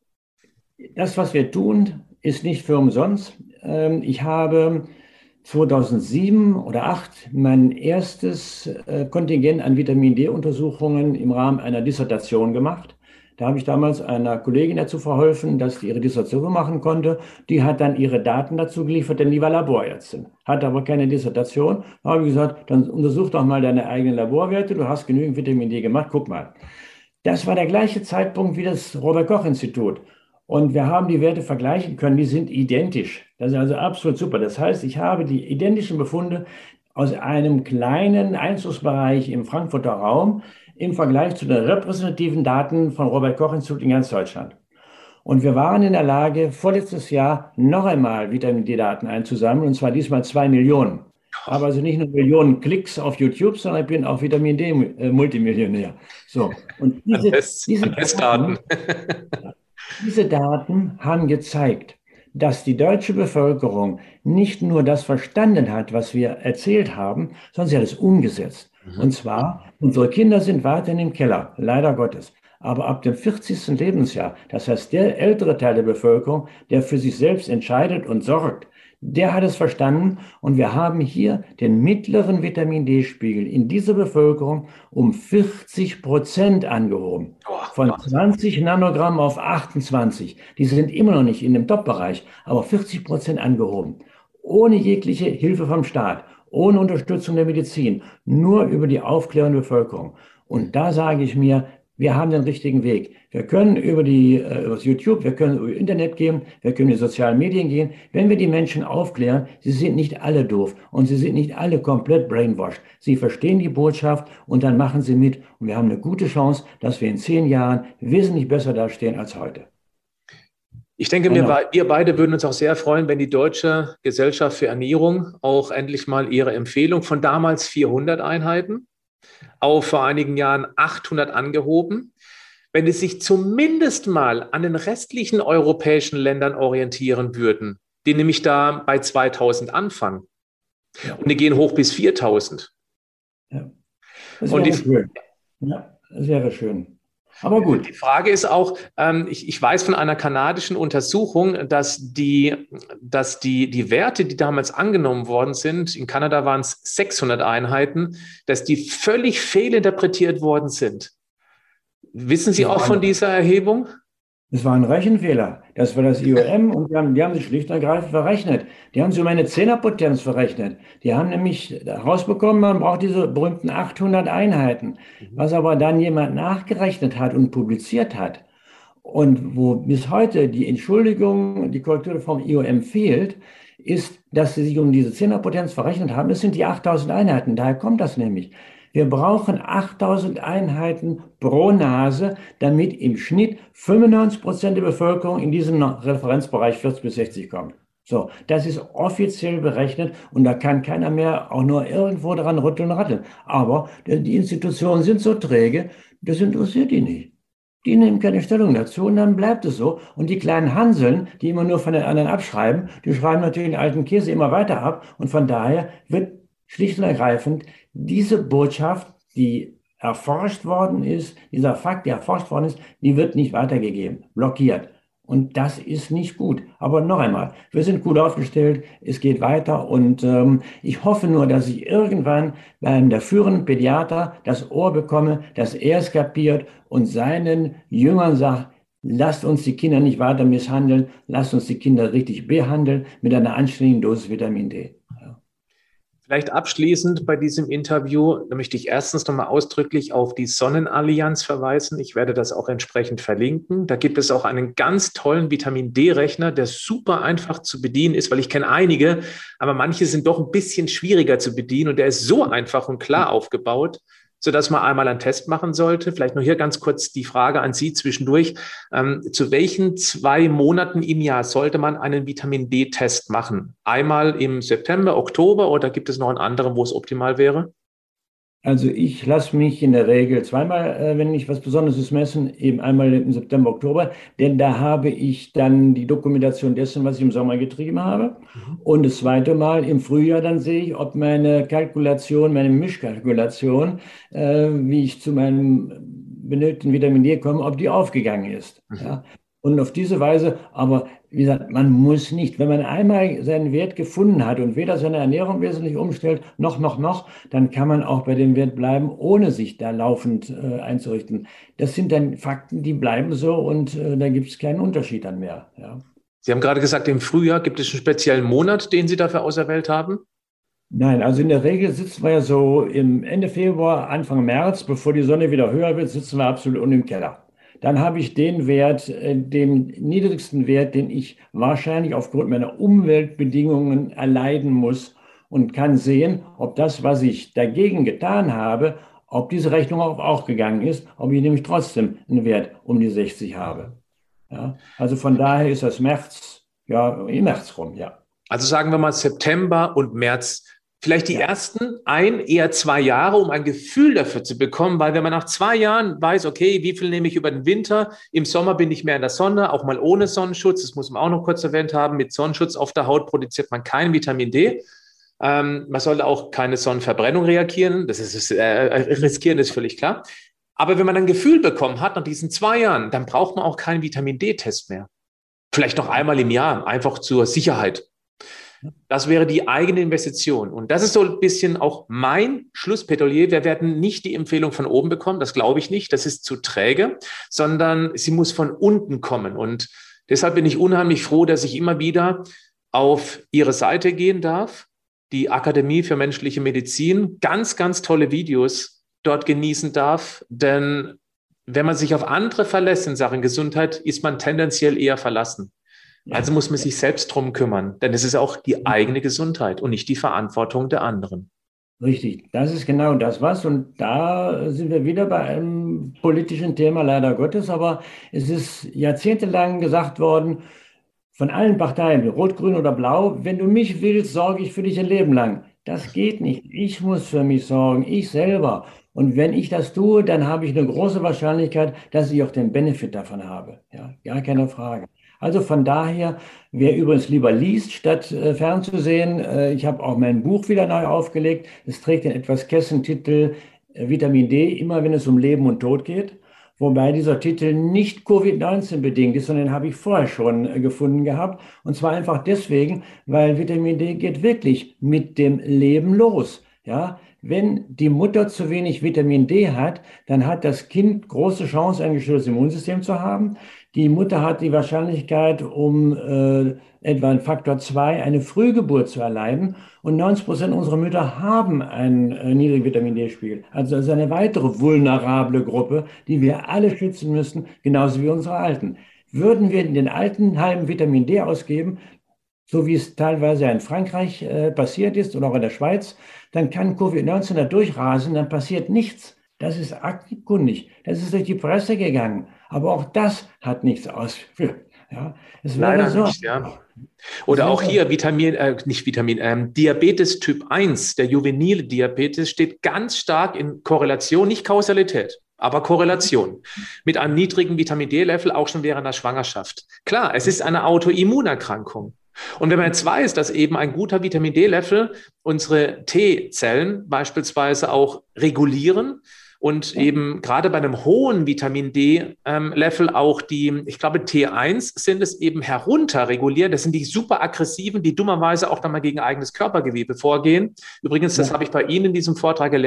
das, was wir tun, ist nicht für umsonst. Ähm, ich habe zweitausendsieben oder zweitausendacht mein erstes äh, Kontingent an Vitamin D-Untersuchungen im Rahmen einer Dissertation gemacht. Da habe ich damals einer Kollegin dazu verholfen, dass die ihre Dissertation machen konnte. Die hat dann ihre Daten dazu geliefert, denn die war Laborärztin, hat aber keine Dissertation. Da habe ich gesagt, dann untersuch doch mal deine eigenen Laborwerte. Du hast genügend Vitamin D gemacht, guck mal. Das war der gleiche Zeitpunkt wie das Robert-Koch-Institut. Und wir haben die Werte vergleichen können, die sind identisch. Das ist also absolut super. Das heißt, ich habe die identischen Befunde aus einem kleinen Einzugsbereich im Frankfurter Raum im Vergleich zu den repräsentativen Daten von Robert-Koch-Institut in ganz Deutschland. Und wir waren in der Lage, vorletztes Jahr noch einmal Vitamin D-Daten einzusammeln, und zwar diesmal zwei Millionen. Aber also nicht nur Millionen Klicks auf YouTube, sondern ich bin auch Vitamin D-Multimillionär. So. Und diese, diese Daten, diese Daten haben gezeigt, dass die deutsche Bevölkerung nicht nur das verstanden hat, was wir erzählt haben, sondern sie hat es umgesetzt. Mhm. Und zwar, unsere Kinder sind weiterhin im Keller, leider Gottes. Aber ab dem vierzigsten Lebensjahr, das heißt der ältere Teil der Bevölkerung, der für sich selbst entscheidet und sorgt, der hat es verstanden, und wir haben hier den mittleren Vitamin D-Spiegel in dieser Bevölkerung um vierzig Prozent angehoben. Von zwanzig Nanogramm auf achtundzwanzig. Die sind immer noch nicht in dem Top-Bereich, aber vierzig Prozent angehoben. Ohne jegliche Hilfe vom Staat, ohne Unterstützung der Medizin, nur über die aufklärende Bevölkerung. Und da sage ich mir, wir haben den richtigen Weg. Wir können über die, äh, über das YouTube, wir können über Internet gehen, wir können über die sozialen Medien gehen. Wenn wir die Menschen aufklären, sie sind nicht alle doof und sie sind nicht alle komplett brainwashed. Sie verstehen die Botschaft und dann machen sie mit. Und wir haben eine gute Chance, dass wir in zehn Jahren wesentlich besser dastehen als heute. Ich denke, wir, wir beide würden uns auch sehr freuen, wenn die Deutsche Gesellschaft für Ernährung auch endlich mal ihre Empfehlung von damals vierhundert Einheiten auf vor einigen Jahren achthundert angehoben. Wenn es sich zumindest mal an den restlichen europäischen Ländern orientieren würden, die nämlich da bei zweitausend anfangen, ja, und die gehen hoch bis viertausend. Ja, das wäre schön. Ja, das wäre schön. Aber gut. Die Frage ist auch, ähm, ich, ich weiß von einer kanadischen Untersuchung, dass die, dass die, die Werte, die damals angenommen worden sind, in Kanada waren es sechshundert Einheiten, dass die völlig fehlinterpretiert worden sind. Wissen Sie auch von dieser Erhebung? Das war ein Rechenfehler. Das war das I O M, und die haben, die haben sich schlicht und ergreifend verrechnet. Die haben sich um eine Zehnerpotenz verrechnet. Die haben nämlich herausbekommen, man braucht diese berühmten achthundert Einheiten. Was aber dann jemand nachgerechnet hat und publiziert hat, und wo bis heute die Entschuldigung, die Korrektur vom I O M fehlt, ist, dass sie sich um diese Zehnerpotenz verrechnet haben. Das sind die achttausend Einheiten. Daher kommt das nämlich. Wir brauchen achttausend Einheiten pro Nase, damit im Schnitt fünfundneunzig Prozent der Bevölkerung in diesen Referenzbereich vierzig bis sechzig kommt. So, das ist offiziell berechnet, und da kann keiner mehr auch nur irgendwo dran rütteln, ratteln. Aber die Institutionen sind so träge, das interessiert die nicht. Die nehmen keine Stellung dazu, und dann bleibt es so. Und die kleinen Hanseln, die immer nur von den anderen abschreiben, die schreiben natürlich den alten Käse immer weiter ab, und von daher wird schlicht und ergreifend diese Botschaft, die erforscht worden ist, dieser Fakt, der erforscht worden ist, die wird nicht weitergegeben, blockiert. Und das ist nicht gut. Aber noch einmal, wir sind gut aufgestellt, es geht weiter, und ähm, ich hoffe nur, dass ich irgendwann beim der führenden Pädiater das Ohr bekomme, dass er es kapiert und seinen Jüngern sagt, lasst uns die Kinder nicht weiter misshandeln, lasst uns die Kinder richtig behandeln mit einer anständigen Dosis Vitamin D. Vielleicht abschließend bei diesem Interview, da möchte ich erstens nochmal ausdrücklich auf die Sonnenallianz verweisen. Ich werde das auch entsprechend verlinken. Da gibt es auch einen ganz tollen Vitamin-D-Rechner, der super einfach zu bedienen ist, weil ich kenne einige, aber manche sind doch ein bisschen schwieriger zu bedienen und der ist so einfach und klar aufgebaut, sodass man einmal einen Test machen sollte. Vielleicht noch hier ganz kurz die Frage an Sie zwischendurch. Ähm, zu welchen zwei Monaten im Jahr sollte man einen Vitamin-D-Test machen? Einmal im September, Oktober oder gibt es noch einen anderen, wo es optimal wäre? Also ich lasse mich in der Regel zweimal, äh, wenn ich was Besonderes messen, eben einmal im September, Oktober, denn da habe ich dann die Dokumentation dessen, was ich im Sommer getrieben habe. Mhm. Und das zweite Mal im Frühjahr, dann sehe ich, ob meine Kalkulation, meine Mischkalkulation, äh, wie ich zu meinem benötigten Vitamin D komme, ob die aufgegangen ist. Mhm. Ja. Und auf diese Weise, aber wie gesagt, man muss nicht, wenn man einmal seinen Wert gefunden hat und weder seine Ernährung wesentlich umstellt, noch, noch, noch, dann kann man auch bei dem Wert bleiben, ohne sich da laufend äh, einzurichten. Das sind dann Fakten, die bleiben so und äh, da gibt es keinen Unterschied dann mehr. Ja. Sie haben gerade gesagt, im Frühjahr gibt es einen speziellen Monat, den Sie dafür auserwählt haben? Nein, also in der Regel sitzen wir ja so im Ende Februar, Anfang März, bevor die Sonne wieder höher wird, sitzen wir absolut unten im Keller. Dann habe ich den Wert, äh, den niedrigsten Wert, den ich wahrscheinlich aufgrund meiner Umweltbedingungen erleiden muss und kann sehen, ob das, was ich dagegen getan habe, ob diese Rechnung auch aufgegangen ist, ob ich nämlich trotzdem einen Wert um die sechzig habe. Ja, also von daher ist das März, ja, im März rum, ja. Also sagen wir mal September und März. Vielleicht die Ja. ersten ein, eher zwei Jahre, um ein Gefühl dafür zu bekommen, weil wenn man nach zwei Jahren weiß, okay, wie viel nehme ich über den Winter, im Sommer bin ich mehr in der Sonne, auch mal ohne Sonnenschutz, das muss man auch noch kurz erwähnt haben, mit Sonnenschutz auf der Haut produziert man kein Vitamin D. Ähm, man sollte auch keine Sonnenverbrennung reagieren, das ist äh, riskieren, ist völlig klar. Aber wenn man ein Gefühl bekommen hat nach diesen zwei Jahren, dann braucht man auch keinen Vitamin D-Test mehr. Vielleicht noch einmal im Jahr, einfach zur Sicherheit. Das wäre die eigene Investition. Und das ist so ein bisschen auch mein Schlussplädoyer. Wir werden nicht die Empfehlung von oben bekommen, das glaube ich nicht, das ist zu träge, sondern sie muss von unten kommen. Und deshalb bin ich unheimlich froh, dass ich immer wieder auf Ihre Seite gehen darf, die Akademie für menschliche Medizin, ganz, ganz tolle Videos dort genießen darf, denn wenn man sich auf andere verlässt in Sachen Gesundheit, ist man tendenziell eher verlassen. Also muss man sich selbst drum kümmern, denn es ist auch die eigene Gesundheit und nicht die Verantwortung der anderen. Richtig, das ist genau das was. Und da sind wir wieder bei einem politischen Thema, leider Gottes. Aber es ist jahrzehntelang gesagt worden, von allen Parteien, Rot, Grün oder Blau, wenn du mich willst, sorge ich für dich ein Leben lang. Das geht nicht. Ich muss für mich sorgen, ich selber. Und wenn ich das tue, dann habe ich eine große Wahrscheinlichkeit, dass ich auch den Benefit davon habe. Ja, gar keine Frage. Also von daher, wer übrigens lieber liest, statt äh, fernzusehen, äh, ich habe auch mein Buch wieder neu aufgelegt. Es trägt den etwas kessen Titel äh, Vitamin D, immer wenn es um Leben und Tod geht. Wobei dieser Titel nicht Covid neunzehn bedingt ist, sondern den habe ich vorher schon äh, gefunden gehabt. Und zwar einfach deswegen, weil Vitamin D geht wirklich mit dem Leben los. Ja, wenn die Mutter zu wenig Vitamin D hat, dann hat das Kind große Chance, ein gestörtes Immunsystem zu haben. Die Mutter hat die Wahrscheinlichkeit, um äh, etwa einen Faktor zwei eine Frühgeburt zu erleiden. Und neunzig Prozent unserer Mütter haben einen äh, niedrigen Vitamin D-Spiegel. Also das ist eine weitere vulnerable Gruppe, die wir alle schützen müssen, genauso wie unsere Alten. Würden wir den alten halben Vitamin D ausgeben, so wie es teilweise in Frankreich äh, passiert ist oder auch in der Schweiz, dann kann Covid neunzehn da durchrasen, dann passiert nichts. Das ist aktenkundig. Das ist durch die Presse gegangen. Aber auch das hat nichts ausgeführt. Ja, es Leider so. nicht, ja. Oder auch hier Vitamin, äh, nicht Vitamin, ähm, Diabetes Typ eins, der juvenile Diabetes, steht ganz stark in Korrelation, nicht Kausalität, aber Korrelation mit einem niedrigen Vitamin D-Level, auch schon während der Schwangerschaft. Klar, es ist eine Autoimmunerkrankung. Und wenn man jetzt weiß, dass eben ein guter Vitamin D-Level unsere T-Zellen beispielsweise auch regulieren und eben gerade bei einem hohen Vitamin D-Level auch die, ich glaube T eins sind es eben herunterreguliert. Das sind die super aggressiven, die dummerweise auch dann mal gegen eigenes Körpergewebe vorgehen. Übrigens, das habe ich bei Ihnen in diesem Vortrag gelernt.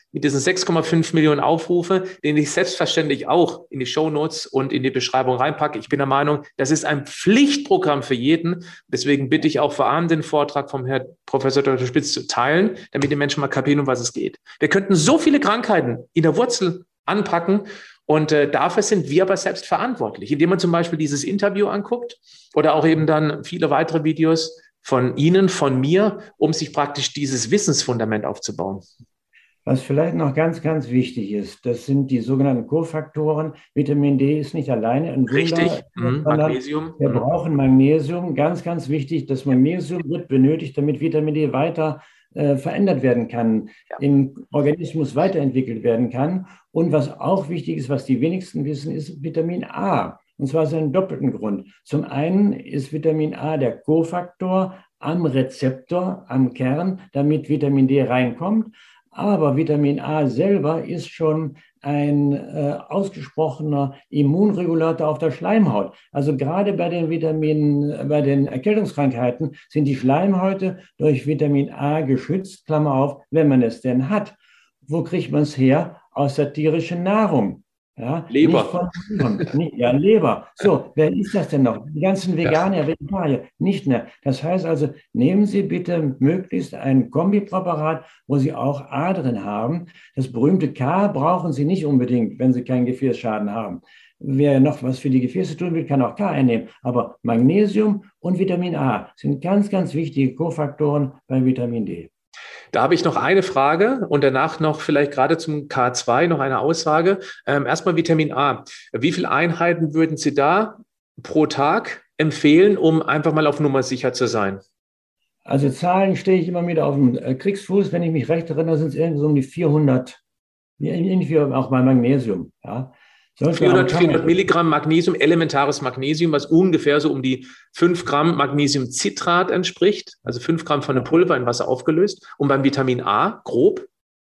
mit diesen sechs Komma fünf Millionen Aufrufe, den ich selbstverständlich auch in die Shownotes und in die Beschreibung reinpacke. Ich bin der Meinung, das ist ein Pflichtprogramm für jeden. Deswegen bitte ich auch vor allem den Vortrag vom Herrn Professor Doktor Spitz zu teilen, damit die Menschen mal kapieren, um was es geht. Wir könnten so viele Krankheiten in der Wurzel anpacken. Und äh, dafür sind wir aber selbst verantwortlich, indem man zum Beispiel dieses Interview anguckt oder auch eben dann viele weitere Videos von Ihnen, von mir, um sich praktisch dieses Wissensfundament aufzubauen. Was vielleicht noch ganz, ganz wichtig ist, das sind die sogenannten Kofaktoren. Vitamin D ist nicht alleine ein Wunder. Richtig, mhm. Magnesium. Wir mhm. brauchen Magnesium. Ganz, ganz wichtig, das Magnesium wird benötigt, damit Vitamin D weiter äh, verändert werden kann, ja. im Organismus weiterentwickelt werden kann. Und was auch wichtig ist, was die wenigsten wissen, ist Vitamin A. Und zwar aus einem doppelten Grund. Zum einen ist Vitamin A der Kofaktor am Rezeptor, am Kern, damit Vitamin D reinkommt. Aber Vitamin A selber ist schon ein äh, ausgesprochener Immunregulator auf der Schleimhaut. Also gerade bei den Vitamin, bei den Erkältungskrankheiten sind die Schleimhäute durch Vitamin A geschützt, Klammer auf, wenn man es denn hat. Wo kriegt man es her? Aus der tierischen Nahrung. Ja, Leber. Nicht von Tieren, nicht, ja, Leber. So, wer ist das denn noch? Die ganzen Veganer, ja. Vegetarier, nicht mehr. Das heißt also, nehmen Sie bitte möglichst ein Kombipräparat, wo Sie auch A drin haben. Das berühmte K brauchen Sie nicht unbedingt, wenn Sie keinen Gefäßschaden haben. Wer noch was für die Gefäße tun will, kann auch K einnehmen. Aber Magnesium und Vitamin A sind ganz, ganz wichtige Kofaktoren bei Vitamin D. Da habe ich noch eine Frage und danach noch vielleicht gerade zum K zwei noch eine Aussage. Ähm, erstmal Vitamin A. Wie viele Einheiten würden Sie da pro Tag empfehlen, um einfach mal auf Nummer sicher zu sein? Also Zahlen stehe ich immer wieder auf dem Kriegsfuß. Wenn ich mich recht erinnere, sind es irgendwie so um die vierhundert, irgendwie auch bei Magnesium. Ja. vierhundert, vierhundert Milligramm Magnesium, elementares Magnesium, was ungefähr so um die fünf Gramm Magnesiumcitrat entspricht, also fünf Gramm von einem Pulver in Wasser aufgelöst. Und beim Vitamin A, grob?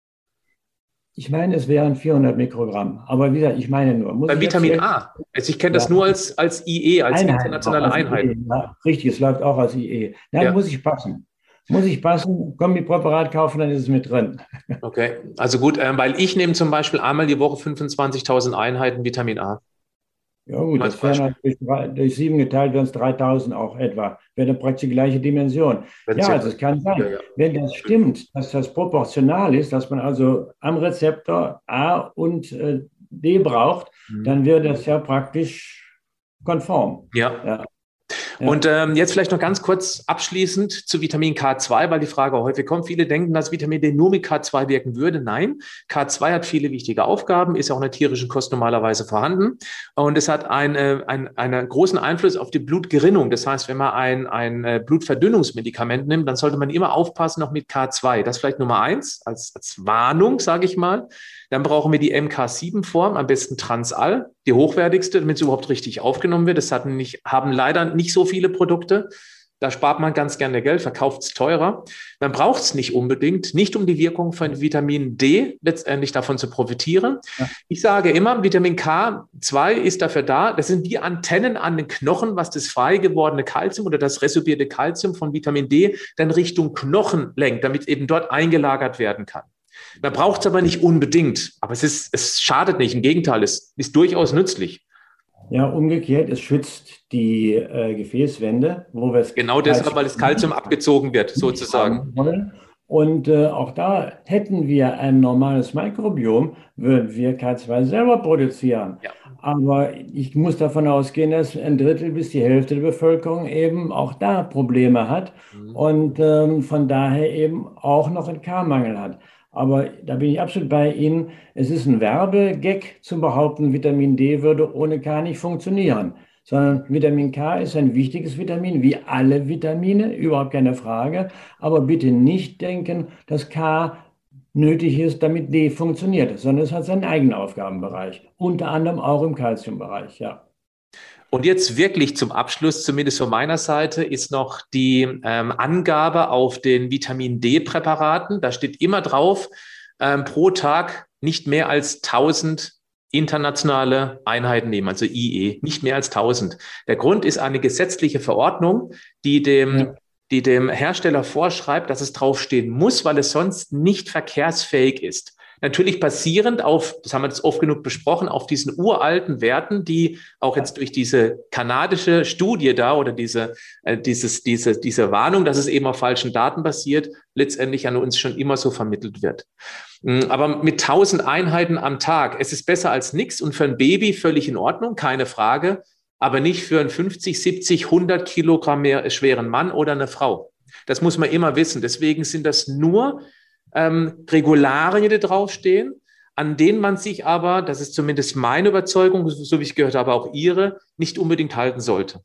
Ich meine, es wären vierhundert Mikrogramm. Aber wie gesagt, ich meine nur. Muss beim Vitamin erzählen? A? Also ich kenne das ja. nur als, als I E, als Einheit, internationale als Einheit. I E, ja, richtig, es läuft auch als I E. Nein, ja. muss ich passen. Muss ich passen, Kombipräparat kaufen, dann ist es mit drin. Okay, also gut, äh, weil ich nehme zum Beispiel einmal die Woche fünfundzwanzigtausend Einheiten Vitamin A. Ja gut, das wären durch, durch sieben geteilt, wären es dreitausend auch etwa. Wäre dann praktisch die gleiche Dimension. Wenn's ja, also es kann sein, ja, ja. wenn das stimmt, dass das proportional ist, dass man also am Rezeptor A und äh, D braucht, mhm. dann wäre das ja praktisch konform. Ja. ja. Und ähm, jetzt vielleicht noch ganz kurz abschließend zu Vitamin K zwei, weil die Frage häufig kommt. Viele denken, dass Vitamin D nur mit K zwei wirken würde. Nein, K zwei hat viele wichtige Aufgaben, ist auch in der tierischen Kost normalerweise vorhanden. Und es hat eine, ein, einen großen Einfluss auf die Blutgerinnung. Das heißt, wenn man ein, ein Blutverdünnungsmedikament nimmt, dann sollte man immer aufpassen, noch mit K zwei. Das vielleicht Nummer eins als, als Warnung, sage ich mal. Dann brauchen wir die M K sieben Form, am besten Transall, die hochwertigste, damit sie überhaupt richtig aufgenommen wird. Das hatten nicht, haben leider nicht so viele Produkte. Da spart man ganz gerne Geld, verkauft es teurer. Man braucht es nicht unbedingt, nicht um die Wirkung von Vitamin D letztendlich davon zu profitieren. Ja. Ich sage immer, Vitamin K zwei ist dafür da, das sind die Antennen an den Knochen, was das frei gewordene Kalzium oder das resorbierte Kalzium von Vitamin D dann Richtung Knochen lenkt, damit eben dort eingelagert werden kann. Man braucht es aber nicht unbedingt, aber es, ist, es schadet nicht, im Gegenteil, es ist durchaus nützlich. Ja, umgekehrt, es schützt die äh, Gefäßwände, wo wir es genau deshalb, weil das Kalzium abgezogen wird, sozusagen. Und äh, auch da hätten wir ein normales Mikrobiom, würden wir K zwei selber produzieren. Ja. Aber ich muss davon ausgehen, dass ein Drittel bis die Hälfte der Bevölkerung eben auch da Probleme hat mhm. und ähm, von daher eben auch noch einen K-Mangel hat. Aber da bin ich absolut bei Ihnen. Es ist ein Werbegag zu behaupten, Vitamin D würde ohne K nicht funktionieren. Sondern Vitamin K ist ein wichtiges Vitamin, wie alle Vitamine, überhaupt keine Frage. Aber bitte nicht denken, dass K nötig ist, damit D funktioniert, sondern es hat seinen eigenen Aufgabenbereich. Unter anderem auch im Kalziumbereich, ja. Und jetzt wirklich zum Abschluss, zumindest von meiner Seite, ist noch die ähm, Angabe auf den Vitamin D-Präparaten. Da steht immer drauf, ähm, pro Tag nicht mehr als tausend internationale Einheiten nehmen, also I E, nicht mehr als tausend. Der Grund ist eine gesetzliche Verordnung, die dem, ja. die dem Hersteller vorschreibt, dass es draufstehen muss, weil es sonst nicht verkehrsfähig ist. Natürlich basierend auf, das haben wir jetzt oft genug besprochen, auf diesen uralten Werten, die auch jetzt durch diese kanadische Studie da oder diese, äh, dieses, diese, diese Warnung, dass es eben auf falschen Daten basiert, letztendlich an uns schon immer so vermittelt wird. Aber mit tausend Einheiten am Tag, es ist besser als nichts und für ein Baby völlig in Ordnung, keine Frage, aber nicht für einen fünfzig, siebzig, hundert Kilogramm mehr schweren Mann oder eine Frau. Das muss man immer wissen. Deswegen sind das nur ähm, Regularien, die draufstehen, an denen man sich aber, das ist zumindest meine Überzeugung, so wie ich gehört habe, auch Ihre, nicht unbedingt halten sollte.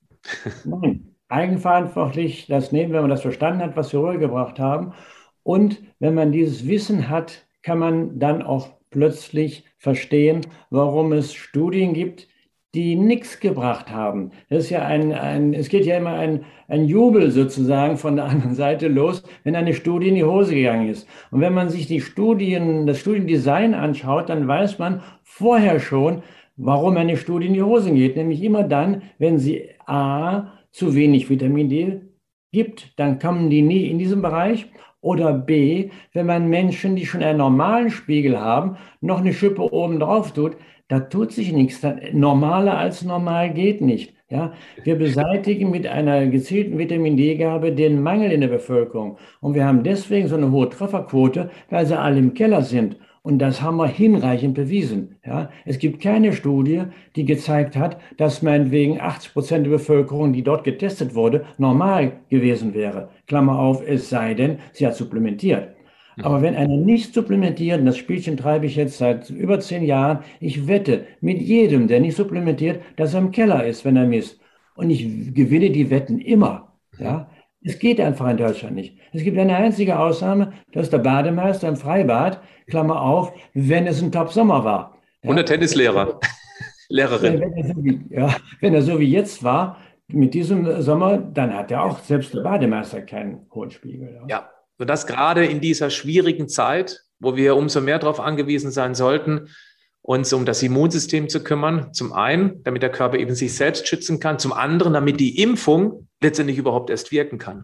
Nein, eigenverantwortlich das nehmen, wenn man das verstanden hat, was wir rübergebracht haben. Und wenn man dieses Wissen hat, kann man dann auch plötzlich verstehen, warum es Studien gibt, die nichts gebracht haben. Das ist ja ein, ein, es geht ja immer ein, ein Jubel sozusagen von der anderen Seite los, wenn eine Studie in die Hose gegangen ist. Und wenn man sich die Studien, das Studiendesign anschaut, dann weiß man vorher schon, warum eine Studie in die Hose geht. Nämlich immer dann, wenn sie A, zu wenig Vitamin D gibt, dann kommen die nie in diesen Bereich. Oder B, wenn man Menschen, die schon einen normalen Spiegel haben, noch eine Schippe oben drauf tut, da tut sich nichts. Normaler als normal geht nicht. Ja? Wir beseitigen mit einer gezielten Vitamin D-Gabe den Mangel in der Bevölkerung. Und wir haben deswegen so eine hohe Trefferquote, weil sie alle im Keller sind. Und das haben wir hinreichend bewiesen. Ja? Es gibt keine Studie, die gezeigt hat, dass meinetwegen achtzig Prozent der Bevölkerung, die dort getestet wurde, normal gewesen wäre. Klammer auf, es sei denn, sie hat supplementiert. Aber wenn einer nicht supplementiert, und das Spielchen treibe ich jetzt seit über zehn Jahren, ich wette mit jedem, der nicht supplementiert, dass er im Keller ist, wenn er misst. Und ich gewinne die Wetten immer. Ja? Es geht einfach in Deutschland nicht. Es gibt eine einzige Ausnahme, das ist der Bademeister im Freibad, Klammer auf, wenn es ein Top-Sommer war. Ja? Und der Tennislehrer, Lehrerin. Wenn er, so wie, ja, wenn er so wie jetzt war, mit diesem Sommer, dann hat er auch selbst der Bademeister keinen hohen Spiegel. Ja. ja. Und das gerade in dieser schwierigen Zeit, wo wir umso mehr darauf angewiesen sein sollten, uns um das Immunsystem zu kümmern. Zum einen, damit der Körper eben sich selbst schützen kann. Zum anderen, damit die Impfung letztendlich überhaupt erst wirken kann.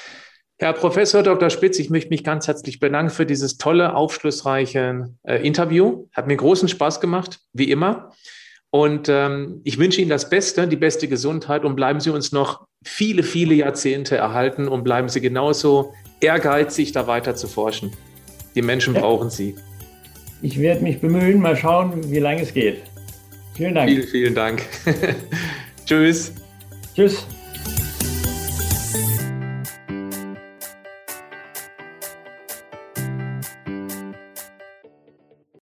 Herr Professor Doktor Spitz, ich möchte mich ganz herzlich bedanken für dieses tolle, aufschlussreiche äh, Interview. Hat mir großen Spaß gemacht, wie immer. Und ähm, ich wünsche Ihnen das Beste, die beste Gesundheit und bleiben Sie uns noch viele, viele Jahrzehnte erhalten und bleiben Sie genauso ehrgeizig, da weiter zu forschen. Die Menschen ja. brauchen Sie. Ich werde mich bemühen, mal schauen, wie lange es geht. Vielen Dank. Vielen, vielen Dank. Tschüss. Tschüss.